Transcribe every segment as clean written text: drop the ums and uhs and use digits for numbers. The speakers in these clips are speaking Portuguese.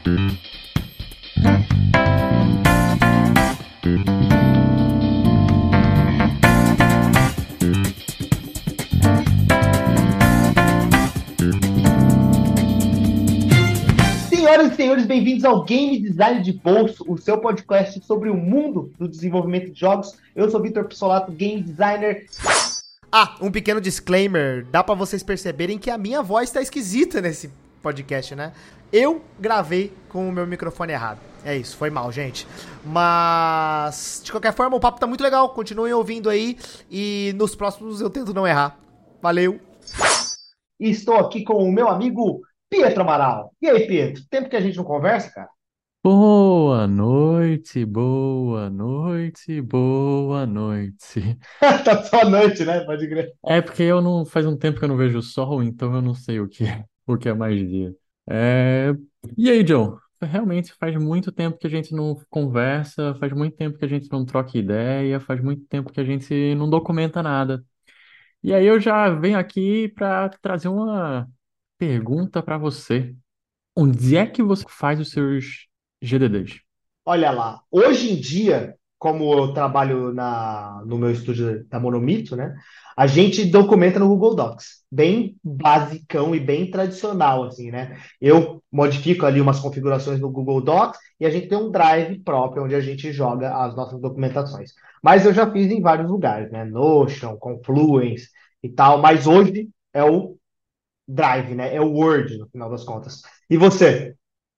Senhoras e senhores, bem-vindos ao Game Design de Bolso, o seu podcast sobre o mundo do desenvolvimento de jogos. Eu sou Vitor Pissolato, Game Designer. Um pequeno disclaimer, dá pra vocês perceberem que a minha voz tá esquisita nesse podcast, né? Eu gravei com o meu microfone errado. É isso, foi mal, gente. Mas, de qualquer forma, o papo tá muito legal. Continuem ouvindo aí e nos próximos eu tento não errar. Valeu! E estou aqui com o meu amigo Pietro Amaral. E aí, Pietro? Tempo que a gente não conversa, cara? Boa noite, boa noite, boa noite. Tá só à noite, né? Pode crer. É porque eu não faz um tempo que eu não vejo o sol, então eu não sei o que é mais dia. É, E aí, John? Realmente faz muito tempo que a gente não conversa, faz muito tempo que a gente não troca ideia, faz muito tempo que a gente não documenta nada. E aí eu já venho aqui para trazer uma pergunta para você. Onde é que você faz os seus GDDs? Olha lá, hoje em dia, como eu trabalho no meu estúdio da Monomito, né? A gente documenta no Google Docs, bem basicão e bem tradicional, assim, né? Eu modifico ali umas configurações no Google Docs e a gente tem um drive próprio onde a gente joga as nossas documentações. Mas eu já fiz em vários lugares, né? Notion, Confluence e tal, mas hoje é o Drive, né? É o Word, no final das contas. E você?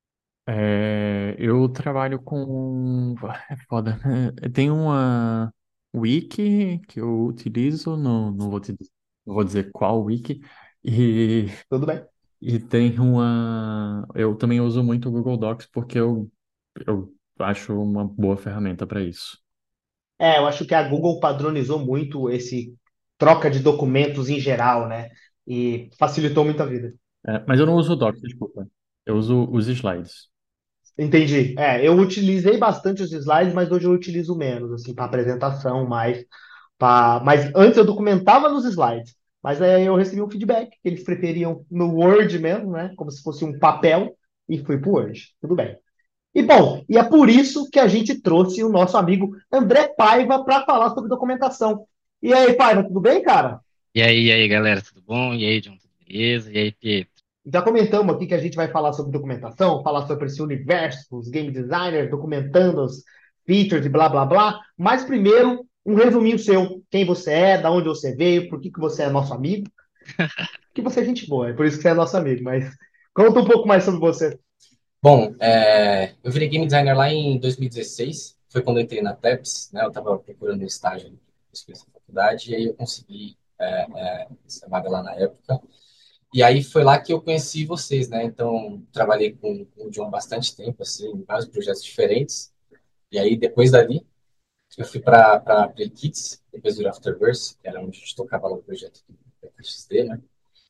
Eu trabalho com. É foda. Tem uma wiki que eu utilizo, não vou não vou dizer qual wiki, e, Tudo bem? e tem uma. Eu também uso muito o Google Docs porque eu acho uma boa ferramenta para isso. Eu acho que a Google padronizou muito esse troca de documentos em geral, né? E facilitou muito a vida. Mas eu não uso o Docs, desculpa. Eu uso os slides. Entendi. Eu utilizei bastante os slides, mas hoje eu utilizo menos, assim, para apresentação, mais mas antes eu documentava nos slides. Mas aí eu recebi um feedback que eles preferiam no Word mesmo, né? Como se fosse um papel, e fui pro Word. Tudo bem. E bom, e é por isso que a gente trouxe o nosso amigo André Paiva para falar sobre documentação. E aí, Paiva, tudo bem, cara? E aí, galera, tudo bom? E aí, John, tudo beleza? E aí, Pietro? Já comentamos aqui que a gente vai falar sobre documentação, falar sobre esse universo, os game designers documentando os features e blá blá blá. Mas primeiro, um resuminho seu. Quem você é, da onde você veio, por que você é nosso amigo. Que você é gente boa, é por isso que você é nosso amigo. Mas conta um pouco mais sobre você. Bom, eu virei game designer lá em 2016, foi quando eu entrei na Plebs, né? Eu estava procurando um estágio na faculdade, e aí eu consegui essa vaga lá na época. E aí foi lá que eu conheci vocês, né? Então, trabalhei com o John bastante tempo, assim, em vários projetos diferentes. E aí, depois dali, eu fui para Play Kids, depois do Afterverse, que era onde a gente tocava lá o projeto do XD, né?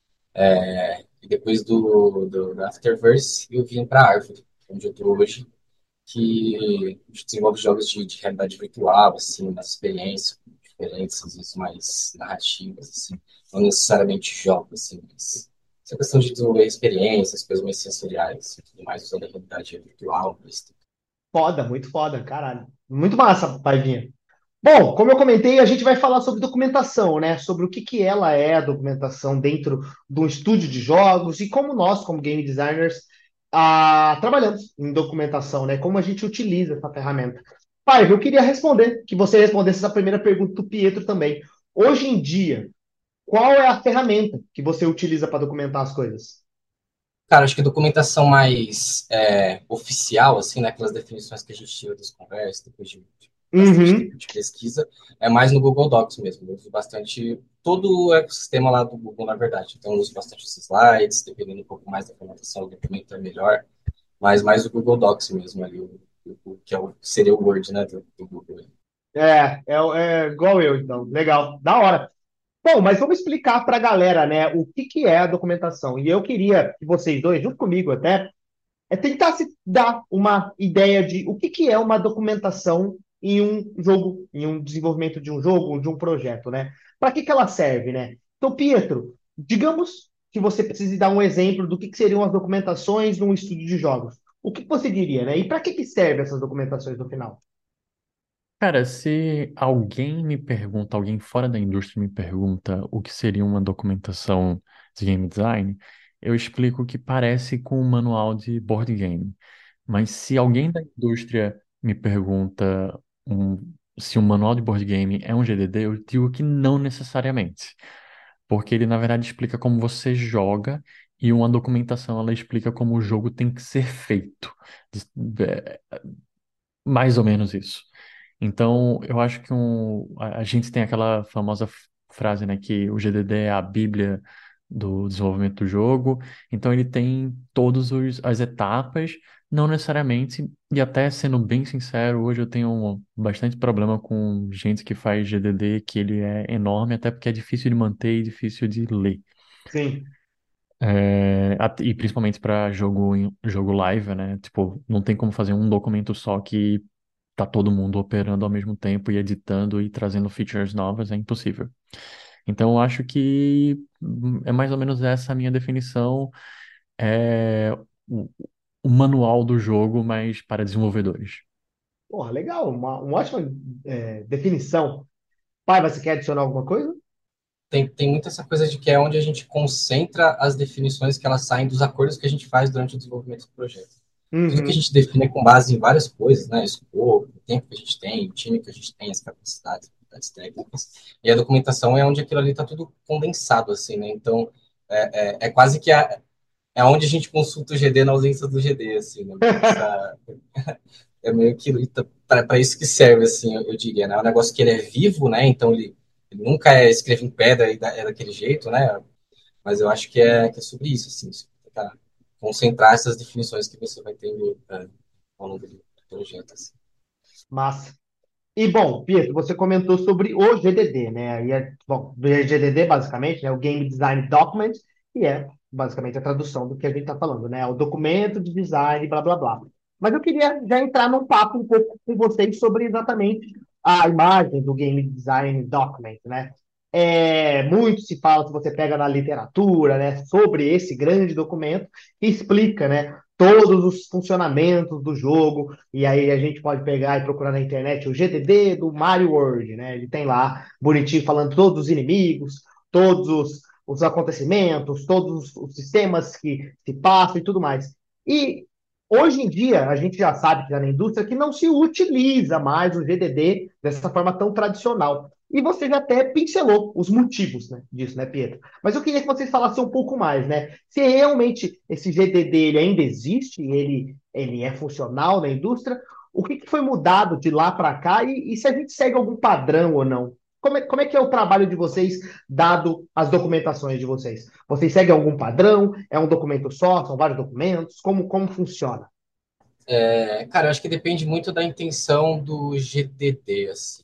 E depois do Afterverse, eu vim para Arvor, onde eu estou hoje, que a gente desenvolve jogos de realidade virtual, assim, umas experiências diferentes, às vezes mais narrativas, assim, não necessariamente jogos, assim, mas essa questão de desenvolver experiências, coisas mais sensoriais e tudo mais, usando a realidade virtual. Isso. Foda, muito foda, caralho. Muito massa, Paivinha. Bom, como eu comentei, a gente vai falar sobre documentação, né? Sobre o que que ela é a documentação dentro de um estúdio de jogos e como nós, como game designers, trabalhamos em documentação, né? Como a gente utiliza essa ferramenta. Pai, eu queria responder, que você respondesse essa primeira pergunta do Pietro também. Hoje em dia, qual é a ferramenta que você utiliza para documentar as coisas? Cara, acho que a documentação mais oficial, assim, né, aquelas definições que a gente tira das conversas, depois de bastante Uhum. tempo de pesquisa, é mais no Google Docs mesmo. Eu uso bastante todo o ecossistema lá do Google, na verdade. Então, eu uso bastante os slides, dependendo um pouco mais da formatação, o documento é melhor, mas mais o Google Docs mesmo, ali, que seria o Word, né, do Google. É igual eu, então. Legal, da hora. Bom, mas vamos explicar para a galera, né, o que que é a documentação. E eu queria que vocês dois, junto comigo até, tentar se dar uma ideia de o que que é uma documentação em um jogo, em um desenvolvimento de um jogo, de um projeto, né? Para que que ela serve, né? Então, Pietro, digamos que você precise dar um exemplo do que seriam as documentações num estúdio de jogos. O que você diria, né? E para que que servem essas documentações no final? Cara, se alguém me pergunta, alguém fora da indústria me pergunta o que seria uma documentação de game design, eu explico que parece com um manual de board game. Mas se alguém da indústria me pergunta se um manual de board game é um GDD, eu digo que não necessariamente. Porque ele, na verdade, explica como você joga e uma documentação ela explica como o jogo tem que ser feito. É, mais ou menos isso. Então, eu acho que a gente tem aquela famosa frase, né, que o GDD é a Bíblia do desenvolvimento do jogo. Então, ele tem todas as etapas, não necessariamente, e até sendo bem sincero, hoje eu tenho bastante problema com gente que faz GDD, que ele é enorme, até porque é difícil de manter e difícil de ler. Sim. E principalmente para jogo live, né? Tipo, não tem como fazer um documento só que tá todo mundo operando ao mesmo tempo e editando e trazendo features novas, é impossível. Então, eu acho que é mais ou menos essa a minha definição, é o, o manual do jogo, mas para desenvolvedores. Porra, legal, uma ótima definição. Pai, você quer adicionar alguma coisa? Tem muito essa coisa de que é onde a gente concentra as definições que elas saem dos acordos que a gente faz durante o desenvolvimento do projeto. Tudo que a Uhum. gente define é com base em várias coisas, né? Escopo, o tempo que a gente tem, o time que a gente tem, as capacidades técnicas. E a documentação é onde aquilo ali está tudo condensado, assim, né? Então, é quase que é onde a gente consulta o GD na ausência do GD, assim, né? É meio que para isso que serve, assim, eu diria, né? É um negócio que ele é vivo, né? Então, ele nunca é escrever em pedra e é daquele jeito, né? Mas eu acho que é sobre isso, assim, tentar concentrar essas definições que você vai tendo ao longo do projeto. Assim. Massa. E bom, Pietro, você comentou sobre o GDD, né? Bom, o GDD basicamente, né, o Game Design Document, que é basicamente a tradução do que a gente está falando, né? O documento de design, blá blá blá. Mas eu queria já entrar num papo um pouco com vocês sobre exatamente a imagem do Game Design Document, né? Muito se fala, se você pega na literatura, né, sobre esse grande documento que explica, né, todos os funcionamentos do jogo, e aí a gente pode pegar e procurar na internet o GDD do Mario World, né? Ele tem lá bonitinho falando todos os inimigos, todos os acontecimentos, todos os sistemas que se passam e tudo mais. E hoje em dia a gente já sabe que já na indústria que não se utiliza mais o GDD dessa forma tão tradicional. E você já até pincelou os motivos, né, disso, né, Pietro? Mas eu queria que vocês falassem um pouco mais, né? Se realmente esse GDD ele ainda existe, ele é funcional na indústria, o que foi mudado de lá para cá e se a gente segue algum padrão ou não? Como é que é o trabalho de vocês, dado as documentações de vocês? Vocês seguem algum padrão? É um documento só? São vários documentos? Como funciona? Cara, eu acho que depende muito da intenção do GDD, assim.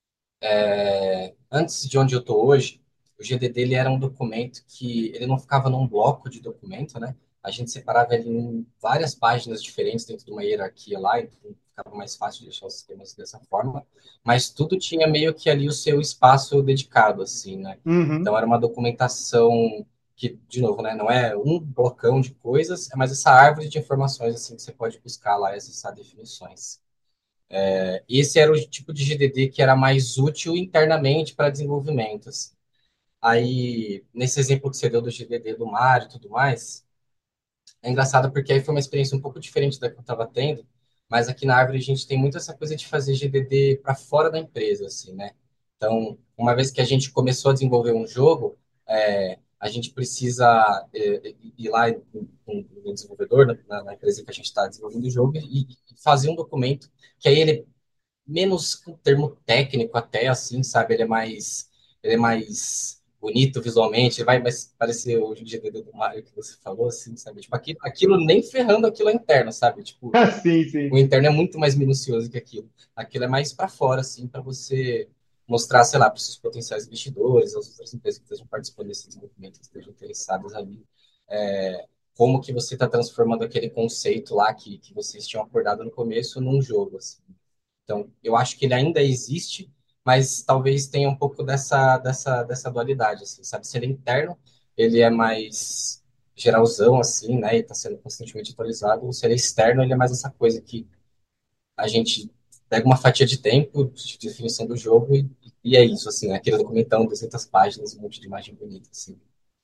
Antes de onde eu estou hoje, o GDD ele era um documento que ele não ficava num bloco de documento, né? A gente separava ele em várias páginas diferentes dentro de uma hierarquia lá, então ficava mais fácil de deixar os sistemas dessa forma, mas tudo tinha meio que ali o seu espaço dedicado, assim, né? Então Uhum. era uma documentação que, de novo, né, não é um blocão de coisas, é mais essa árvore de informações assim que você pode buscar lá e acessar definições. Esse era o tipo de GDD que era mais útil internamente para desenvolvimento. Assim. Aí, nesse exemplo que você deu do GDD do Mário e tudo mais, é engraçado porque aí foi uma experiência um pouco diferente da que eu estava tendo, mas aqui na Árvore a gente tem muito essa coisa de fazer GDD para fora da empresa, assim, né? Então, uma vez que a gente começou a desenvolver um jogo, a gente precisa ir lá no desenvolvedor, na empresa que a gente está desenvolvendo o jogo, e fazer um documento que aí ele menos com termo técnico até, assim, sabe? Ele é mais bonito visualmente, vai mais parecer o GDD do Mario que você falou, assim, sabe? Tipo, aquilo nem ferrando aquilo é interno, sabe? Tipo, Sim, o sim. interno é muito mais minucioso que aquilo. Aquilo é mais para fora, assim, para você mostrar, sei lá, para os seus potenciais investidores, as outras empresas que estejam participando desse desenvolvimento, que estejam interessadas ali, como que você está transformando aquele conceito lá que vocês tinham acordado no começo num jogo, assim. Então, eu acho que ele ainda existe, mas talvez tenha um pouco dessa dualidade, assim, sabe? Se ele é interno, ele é mais. geralzão, assim, né, e está sendo constantemente atualizado. Se ele é externo, ele é mais essa coisa que a gente pega uma fatia de tempo de definição do jogo e é isso, assim, né, aquele documentão, 200 páginas, um monte de imagem bonita, assim.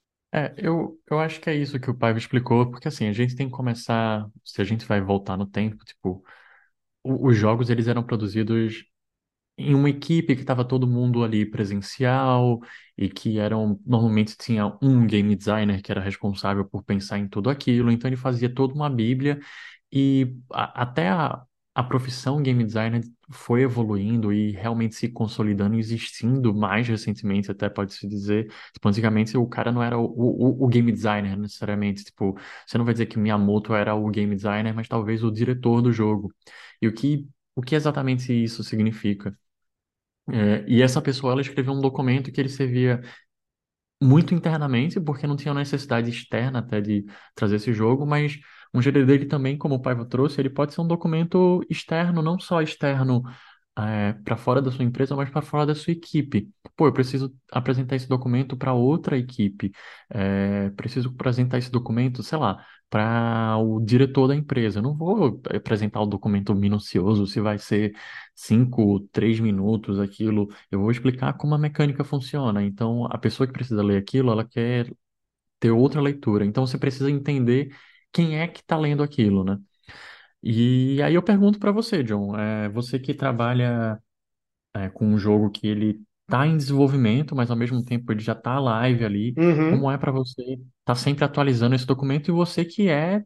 Eu acho que é isso que o Paiva explicou, porque assim, a gente tem que começar, se a gente vai voltar no tempo, tipo, os jogos eles eram produzidos em uma equipe que estava todo mundo ali presencial e que normalmente tinha um game designer que era responsável por pensar em tudo aquilo, então ele fazia toda uma bíblia e até a profissão game designer foi evoluindo e realmente se consolidando e existindo mais recentemente, até pode-se dizer. Tipo, antigamente o cara não era o game designer necessariamente, tipo, você não vai dizer que Miyamoto era o game designer, mas talvez o diretor do jogo. E o que exatamente isso significa? E essa pessoa, ela escreveu um documento que ele servia muito internamente, porque não tinha necessidade externa até de trazer esse jogo, mas um GDD ele também, como o Paiva trouxe, ele pode ser um documento externo, não só externo para fora da sua empresa, mas para fora da sua equipe. Pô, eu preciso apresentar esse documento para outra equipe, preciso apresentar esse documento, sei lá, para o diretor da empresa. Eu não vou apresentar o documento minucioso, se vai ser 3 minutos aquilo. Eu vou explicar como a mecânica funciona. Então, a pessoa que precisa ler aquilo, ela quer ter outra leitura. Então, você precisa entender quem é que está lendo aquilo, né? E aí eu pergunto para você, John, você que trabalha com um jogo que ele está em desenvolvimento, mas ao mesmo tempo ele já está live ali, Uhum. como é para você estar sempre atualizando esse documento e você que é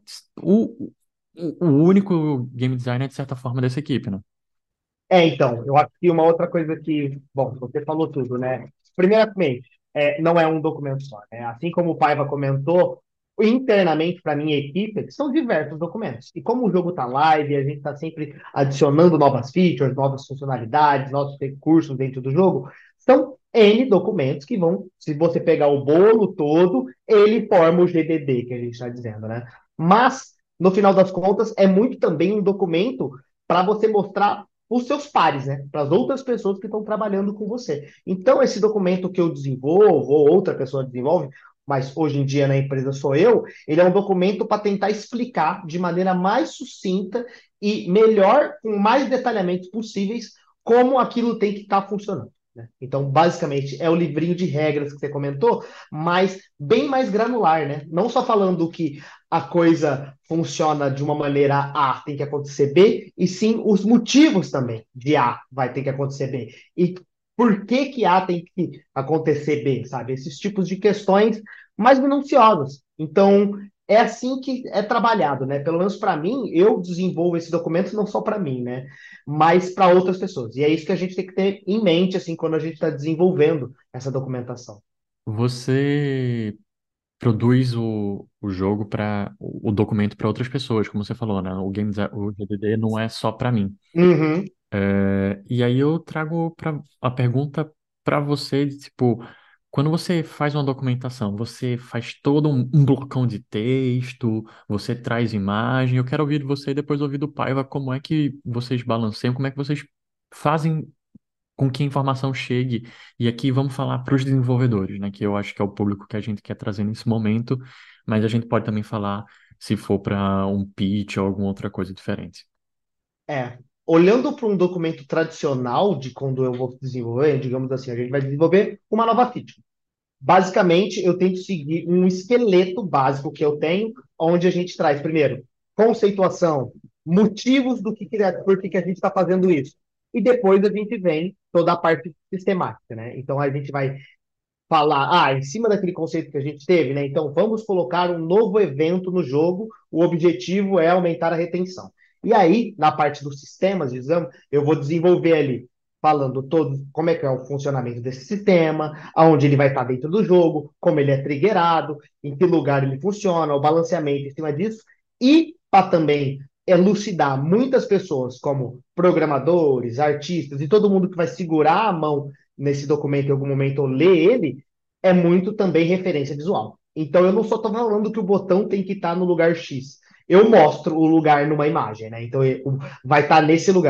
o único game designer, de certa forma, dessa equipe, né? Então, eu acho que uma outra coisa que, bom, você falou tudo, né? Primeiramente, não é um documento só, né? Assim como o Paiva comentou, internamente para minha equipe, são diversos documentos. E como o jogo está live, a gente está sempre adicionando novas features, novas funcionalidades, novos recursos dentro do jogo, são N documentos que vão, se você pegar o bolo todo, ele forma o GDD que a gente está dizendo, né? Mas, no final das contas, é muito também um documento para você mostrar os seus pares, né? Para as outras pessoas que estão trabalhando com você. Então, esse documento que eu desenvolvo, ou outra pessoa desenvolve, mas hoje em dia na empresa sou eu, ele é um documento para tentar explicar de maneira mais sucinta e melhor, com mais detalhamentos possíveis, como aquilo tem que estar funcionando. Né? Então, basicamente, é o livrinho de regras que você comentou, mas bem mais granular, né? Não só falando que a coisa funciona de uma maneira A, tem que acontecer B, e sim os motivos também de A vai ter que acontecer B. E por que que A tem que acontecer B, sabe? Esses tipos de questões mais minuciosas. Então, é assim que é trabalhado, né? Pelo menos para mim, eu desenvolvo esse documento não só para mim, né? Mas para outras pessoas. E é isso que a gente tem que ter em mente, assim, quando a gente está desenvolvendo essa documentação. Você produz o jogo para o documento para outras pessoas, como você falou, né? O GDD não é só para mim. Uhum. E aí eu trago a pergunta para você, de, tipo, quando você faz uma documentação, você faz todo um blocão de texto, você traz imagem. Eu quero ouvir de você e depois ouvir do Paiva como é que vocês balanceiam, como é que vocês fazem com que a informação chegue. E aqui vamos falar para os desenvolvedores, né? Que eu acho que é o público que a gente quer trazer nesse momento, mas a gente pode também falar se for para um pitch ou alguma outra coisa diferente. Olhando para um documento tradicional de quando eu vou desenvolver, digamos assim, a gente vai desenvolver uma nova feature. Basicamente, eu tento seguir um esqueleto básico que eu tenho, onde a gente traz primeiro conceituação, motivos do por que que a gente está fazendo isso. E depois a gente vem toda a parte sistemática, né? Então a gente vai falar, em cima daquele conceito que a gente teve, né? Então vamos colocar um novo evento no jogo, o objetivo é aumentar a retenção. E aí, na parte dos sistemas de exame, eu vou desenvolver ali, falando todo como é que é o funcionamento desse sistema, aonde ele vai estar dentro do jogo, como ele é triggerado, em que lugar ele funciona, o balanceamento em cima disso, e para também elucidar muitas pessoas, como programadores, artistas e todo mundo que vai segurar a mão nesse documento em algum momento ou ler ele, é muito também referência visual. Então eu não só estou falando que o botão tem que estar no lugar X. Eu mostro o lugar numa imagem, né? Então vai estar nesse lugar.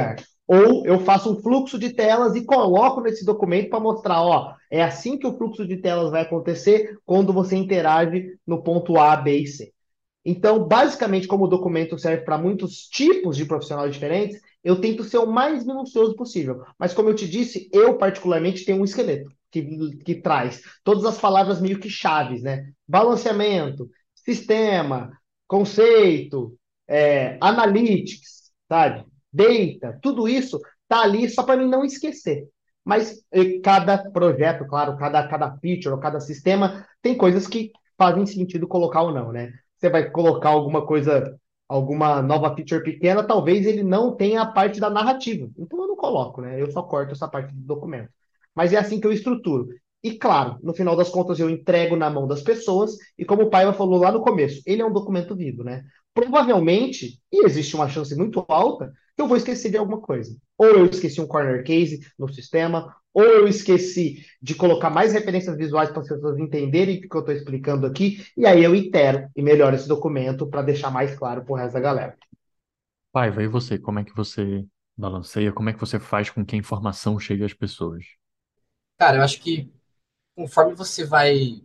Ou eu faço um fluxo de telas e coloco nesse documento para mostrar, ó, é assim que o fluxo de telas vai acontecer quando você interage no ponto A, B e C. Então, basicamente, como o documento serve para muitos tipos de profissionais diferentes, eu tento ser o mais minucioso possível. Mas, como eu te disse, eu particularmente tenho um esqueleto que traz todas as palavras meio que chaves, né? Balanceamento, sistema, conceito, analytics, sabe? Data, tudo isso tá ali só para mim não esquecer. Mas cada projeto, claro, cada feature ou cada sistema tem coisas que fazem sentido colocar ou não, né? Você vai colocar alguma coisa, alguma nova feature pequena, talvez ele não tenha a parte da narrativa. Então eu não coloco, né? Eu só corto essa parte do documento. Mas é assim que eu estruturo. E claro, no final das contas eu entrego na mão das pessoas, e como o Paiva falou lá no começo, ele é um documento vivo, né? Provavelmente, e existe uma chance muito alta, que eu vou esquecer de alguma coisa. Ou eu esqueci um corner case no sistema, ou eu esqueci de colocar mais referências visuais para as pessoas entenderem o que eu estou explicando aqui, e aí eu itero e melhoro esse documento para deixar mais claro para o resto da galera. Paiva, e você? Como é que você balanceia? Como é que você faz com que a informação chegue às pessoas? Cara, eu acho que conforme você vai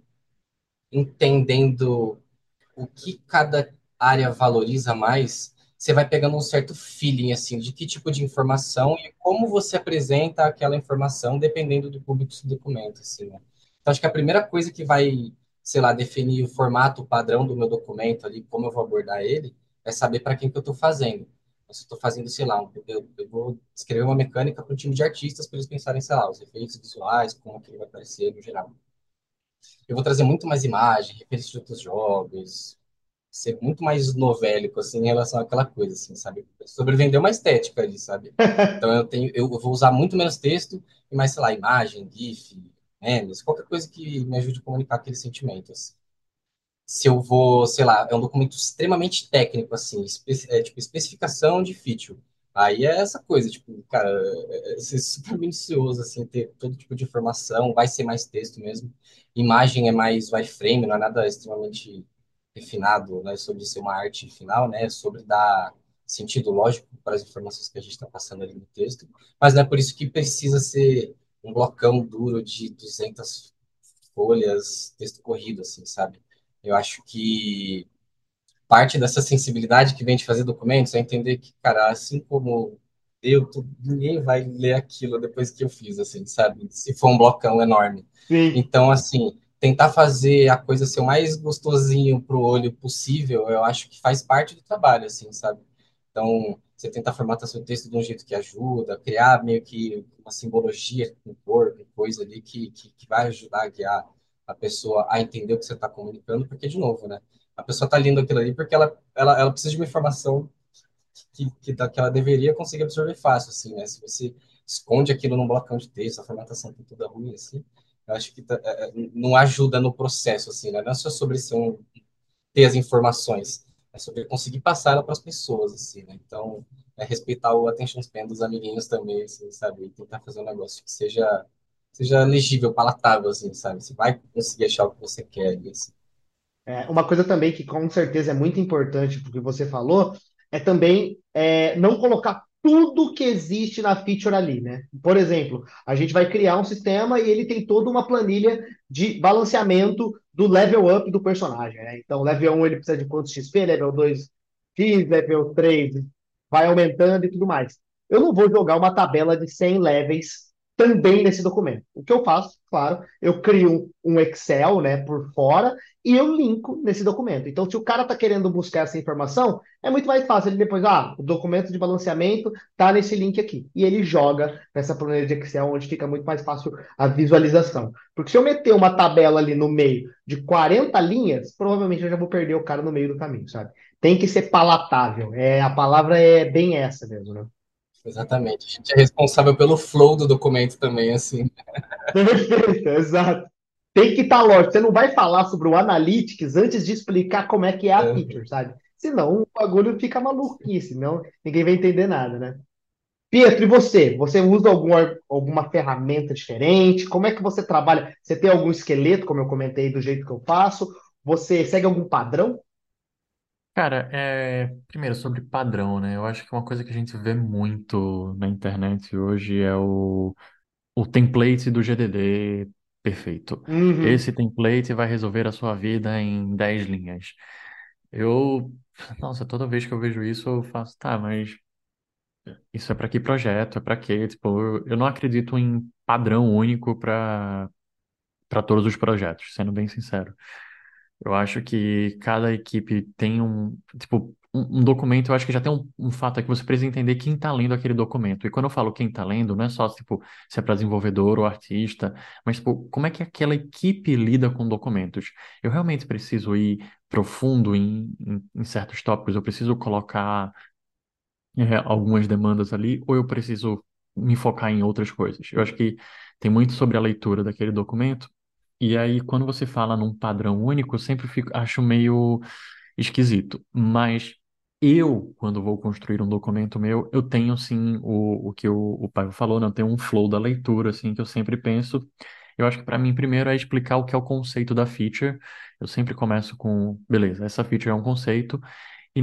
entendendo o que cada área valoriza mais, você vai pegando um certo feeling, assim, de que tipo de informação e como você apresenta aquela informação, dependendo do público do documento, assim, né? Então, acho que a primeira coisa que vai, sei lá, definir o formato padrão do meu documento ali, como eu vou abordar ele, é saber para quem que eu estou fazendo. Se eu estou fazendo, sei lá, eu vou escrever uma mecânica para um time de artistas para eles pensarem, sei lá, os efeitos visuais, como que ele vai aparecer no geral. Eu vou trazer muito mais imagem, referência de outros jogos, ser muito mais novélico, assim, em relação àquela coisa, assim, sabe? Sobrevender uma estética ali, sabe? Então eu vou usar muito menos texto e mais, sei lá, imagem, GIF, memes, qualquer coisa que me ajude a comunicar aqueles sentimentos. Se eu vou, sei lá, é um documento extremamente técnico, assim, tipo, especificação de feature. Aí é essa coisa, tipo, cara, ser super minucioso, assim, ter todo tipo de informação, vai ser mais texto mesmo. Imagem é mais wireframe, não é nada extremamente refinado, né, sobre ser uma arte final, né, sobre dar sentido lógico para as informações que a gente está passando ali no texto, mas não é por isso que precisa ser um blocão duro de 200 folhas, texto corrido, assim, sabe? Eu acho que parte dessa sensibilidade que vem de fazer documentos é entender que, cara, assim como ninguém vai ler aquilo depois que eu fiz, assim, sabe? Se for um blocão enorme. Sim. Então, assim, tentar fazer a coisa ser o mais gostosinho pro olho possível, eu acho que faz parte do trabalho, assim, sabe? Então, você tentar formatar seu texto de um jeito que ajuda, criar meio que uma simbologia com cor, com coisa ali que vai ajudar a guiar a pessoa a entender o que você está comunicando, porque, de novo, né? A pessoa está lendo aquilo ali porque ela precisa de uma informação que ela deveria conseguir absorver fácil, assim, né? Se você esconde aquilo num blocão de texto, a formatação tá toda ruim, assim, eu acho que não ajuda no processo, assim, né? Não é só sobre ter as informações, é sobre conseguir passar ela para as pessoas, assim, né? Então, é respeitar o attention span dos amiguinhos também, assim, sabe? E tentar fazer um negócio que seja legível, palatável, assim, sabe? Você vai conseguir achar o que você quer, assim. Uma coisa também que com certeza é muito importante porque você falou é também não colocar tudo que existe na feature ali, né? Por exemplo, a gente vai criar um sistema e ele tem toda uma planilha de balanceamento do level up do personagem, né? Então, level 1 ele precisa de quantos XP, level 2 X, level 3 vai aumentando e tudo mais. Eu não vou jogar uma tabela de 100 levels também nesse documento. O que eu faço, claro, eu crio um Excel, né, por fora e eu linko nesse documento. Então, se o cara está querendo buscar essa informação, é muito mais fácil ele depois, o documento de balanceamento está nesse link aqui. E ele joga nessa planilha de Excel, onde fica muito mais fácil a visualização. Porque se eu meter uma tabela ali no meio de 40 linhas, provavelmente eu já vou perder o cara no meio do caminho, sabe? Tem que ser palatável. A palavra é bem essa mesmo, né? Exatamente. A gente é responsável pelo flow do documento também, assim. Perfeito, exato. Tem que estar lógico. Você não vai falar sobre o Analytics antes de explicar como é que é a É. feature, sabe? Senão o bagulho fica maluquice, senão ninguém vai entender nada, né? Pietro, e você? Você usa alguma ferramenta diferente? Como é que você trabalha? Você tem algum esqueleto, como eu comentei, do jeito que eu faço? Você segue algum padrão? Cara, primeiro sobre padrão, né? Eu acho que uma coisa que a gente vê muito na internet hoje é o template do GDD perfeito. Uhum. Esse template vai resolver a sua vida em 10 linhas. Eu, nossa, toda vez que eu vejo isso, eu faço, tá, mas isso é para que projeto? É para quê? Tipo, eu não acredito em padrão único para todos os projetos, sendo bem sincero. Eu acho que cada equipe tem um documento, eu acho que já tem um fato é que você precisa entender quem está lendo aquele documento. E quando eu falo quem está lendo, não é só, tipo, se é para desenvolvedor ou artista, mas, tipo, como é que aquela equipe lida com documentos? Eu realmente preciso ir profundo em certos tópicos, eu preciso colocar algumas demandas ali, ou eu preciso me focar em outras coisas? Eu acho que tem muito sobre a leitura daquele documento, e aí quando você fala num padrão único, eu sempre acho meio esquisito, mas quando vou construir um documento meu, eu tenho sim o que o pai falou, né? Eu tenho um flow da leitura, assim, que eu sempre penso. Eu acho que para mim, primeiro é explicar o que é o conceito da feature. Eu sempre começo com, beleza, essa feature é um conceito, e,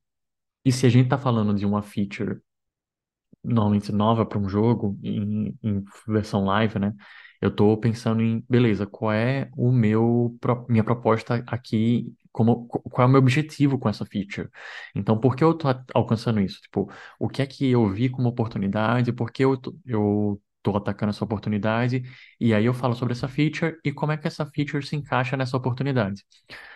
e se a gente está falando de uma feature normalmente nova para um jogo, em versão live, né? Eu estou pensando em, beleza, qual é minha proposta aqui, qual é o meu objetivo com essa feature? Então, por que eu estou alcançando isso? Tipo, o que é que eu vi como oportunidade? Por que eu tô atacando essa oportunidade? E aí eu falo sobre essa feature e como é que essa feature se encaixa nessa oportunidade.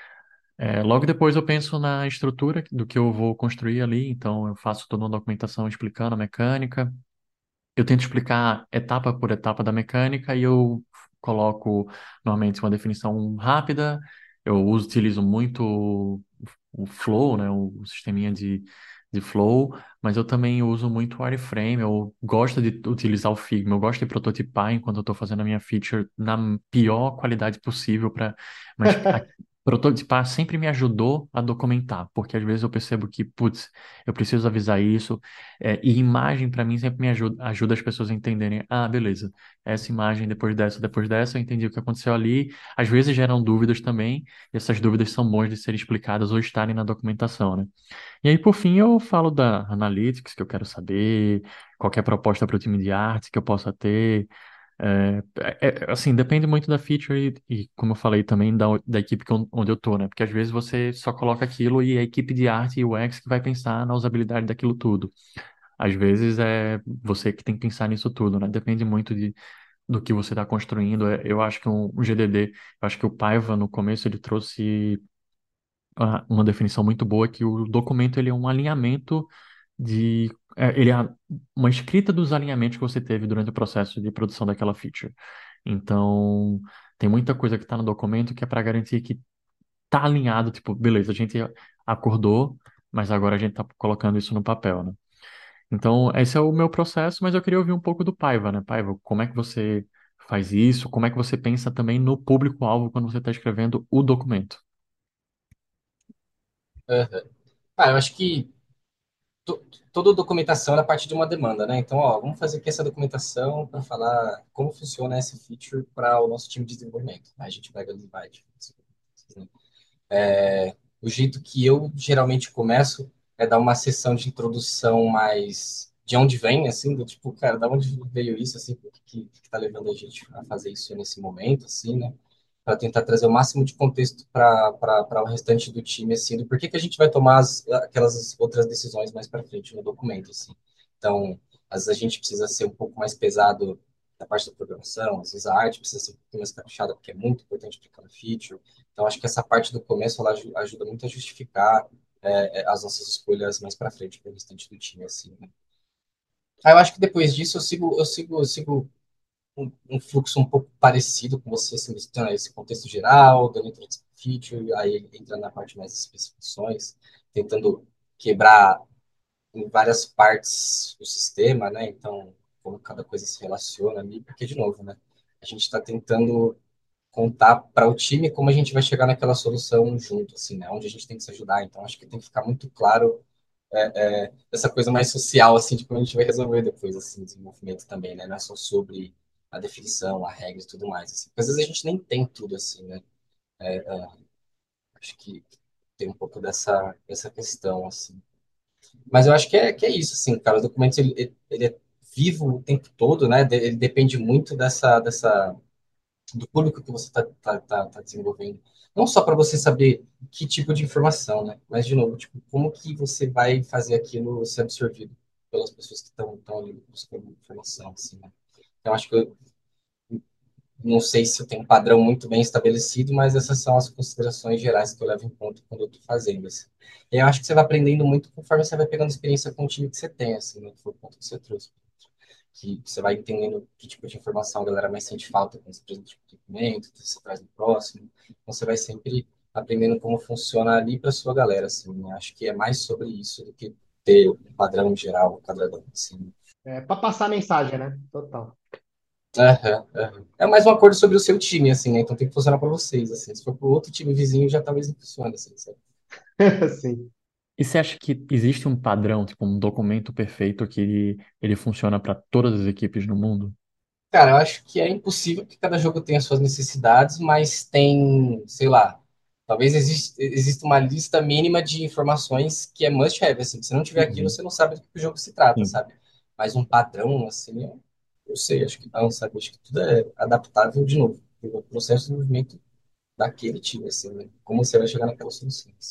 Logo depois eu penso na estrutura do que eu vou construir ali, então eu faço toda uma documentação explicando a mecânica, eu tento explicar etapa por etapa da mecânica e eu coloco normalmente uma definição rápida. Utilizo muito o Flow, né, o sisteminha de Flow, mas eu também uso muito o Wireframe. Eu gosto de utilizar o Figma, eu gosto de prototipar enquanto eu estou fazendo a minha feature na pior qualidade possível mas prototipar sempre me ajudou a documentar, porque às vezes eu percebo que, putz, eu preciso avisar isso. E imagem, para mim, sempre me ajuda as pessoas a entenderem. Ah, beleza, essa imagem, depois dessa, eu entendi o que aconteceu ali. Às vezes geram dúvidas também, e essas dúvidas são boas de serem explicadas ou estarem na documentação, né? E aí, por fim, eu falo da Analytics, que eu quero saber, qualquer proposta para o time de arte que eu possa ter. Assim, depende muito da feature e, como eu falei, também da equipe onde eu tô, né? Porque às vezes você só coloca aquilo e a equipe de arte e UX que vai pensar na usabilidade daquilo tudo. Às vezes é você que tem que pensar nisso tudo, né? Depende muito do que você está construindo. Eu acho que um GDD, eu acho que o Paiva, no começo, ele trouxe uma definição muito boa que o documento ele é um alinhamento ele é uma escrita dos alinhamentos que você teve durante o processo de produção daquela feature. Então, tem muita coisa que está no documento que é para garantir que tá alinhado, tipo, beleza, a gente acordou, mas agora a gente está colocando isso no papel, né? Então, esse é o meu processo, mas eu queria ouvir um pouco do Paiva, né? Paiva, como é que você faz isso? Como é que você pensa também no público-alvo quando você está escrevendo o documento? Aham. Eu acho que to- toda documentação é parte de uma demanda, né? Então, ó, vamos fazer aqui essa documentação para falar como funciona essa feature para o nosso time de desenvolvimento. Aí a gente pega ali e vai. Tipo, né? O jeito que eu geralmente começo é dar uma sessão de introdução mais de onde vem, assim, do tipo, cara, da onde veio isso, assim, o que tá levando a gente a fazer isso nesse momento, assim, né? Para tentar trazer o máximo de contexto para o restante do time, assim, do porquê que a gente vai tomar aquelas outras decisões mais para frente no documento, assim. Então, às vezes a gente precisa ser um pouco mais pesado na parte da programação, às vezes a arte precisa ser um pouco mais caprichada, porque é muito importante para aquela feature. Então, acho que essa parte do começo ela ajuda muito a justificar as nossas escolhas mais para frente para o restante do time, assim, né? Eu acho que depois disso eu sigo um fluxo um pouco parecido com você, assim, misturando esse contexto geral, dando introdução ao feature, aí ele entra na parte mais de especificações, tentando quebrar em várias partes o sistema, né? Então, como cada coisa se relaciona ali, porque, de novo, né? A gente está tentando contar para o time como a gente vai chegar naquela solução junto, assim, né? Onde a gente tem que se ajudar. Então, acho que tem que ficar muito claro essa coisa mais social, assim, de como a gente vai resolver depois, assim, desenvolvimento também, né? Não é só sobre a definição, a regra e tudo mais, assim. Porque às vezes a gente nem tem tudo, assim, né? Acho que Tem um pouco dessa questão, assim. Mas eu acho que é isso, assim, cara. Os documentos, ele é vivo o tempo todo, né? Ele depende muito do público que você tá desenvolvendo. Não só para você saber que tipo de informação, né? Mas, de novo, tipo, como que você vai fazer aquilo ser absorvido pelas pessoas que estão ali buscando informação, assim, né? Então, acho que eu não sei se eu tenho um padrão muito bem estabelecido, mas essas são as considerações gerais que eu levo em conta quando eu estou fazendo, assim. E eu acho que você vai aprendendo muito conforme você vai pegando experiência com o time que você tem, assim, né? Que foi o ponto que você trouxe. Que você vai entendendo que tipo de informação a galera mais sente falta quando você apresenta tipo de documento, que você traz no próximo. Então você vai sempre aprendendo como funciona ali para sua galera, assim, né? Acho que é mais sobre isso do que ter um padrão geral, um quadradão, assim. É, para passar a mensagem, né? Total. Aham, aham. É mais um acordo sobre o seu time, assim, né? Então tem que funcionar para vocês, assim. Se for para outro time vizinho, já talvez não funcione, assim, sabe? Sim. E você acha que existe um padrão, tipo um documento perfeito que ele funciona para todas as equipes no mundo? Cara, eu acho que é impossível que cada jogo tenha suas necessidades, mas tem, sei lá, talvez exista uma lista mínima de informações que é must have, assim. Se não tiver aquilo, Uhum. você não sabe do que o jogo se trata, Sim. sabe? Mas um padrão, assim, eu sei, acho que não, sabe? Acho que tudo é adaptável de novo. O processo de desenvolvimento daquele time, assim, né? Como você vai chegar naquela solução, assim.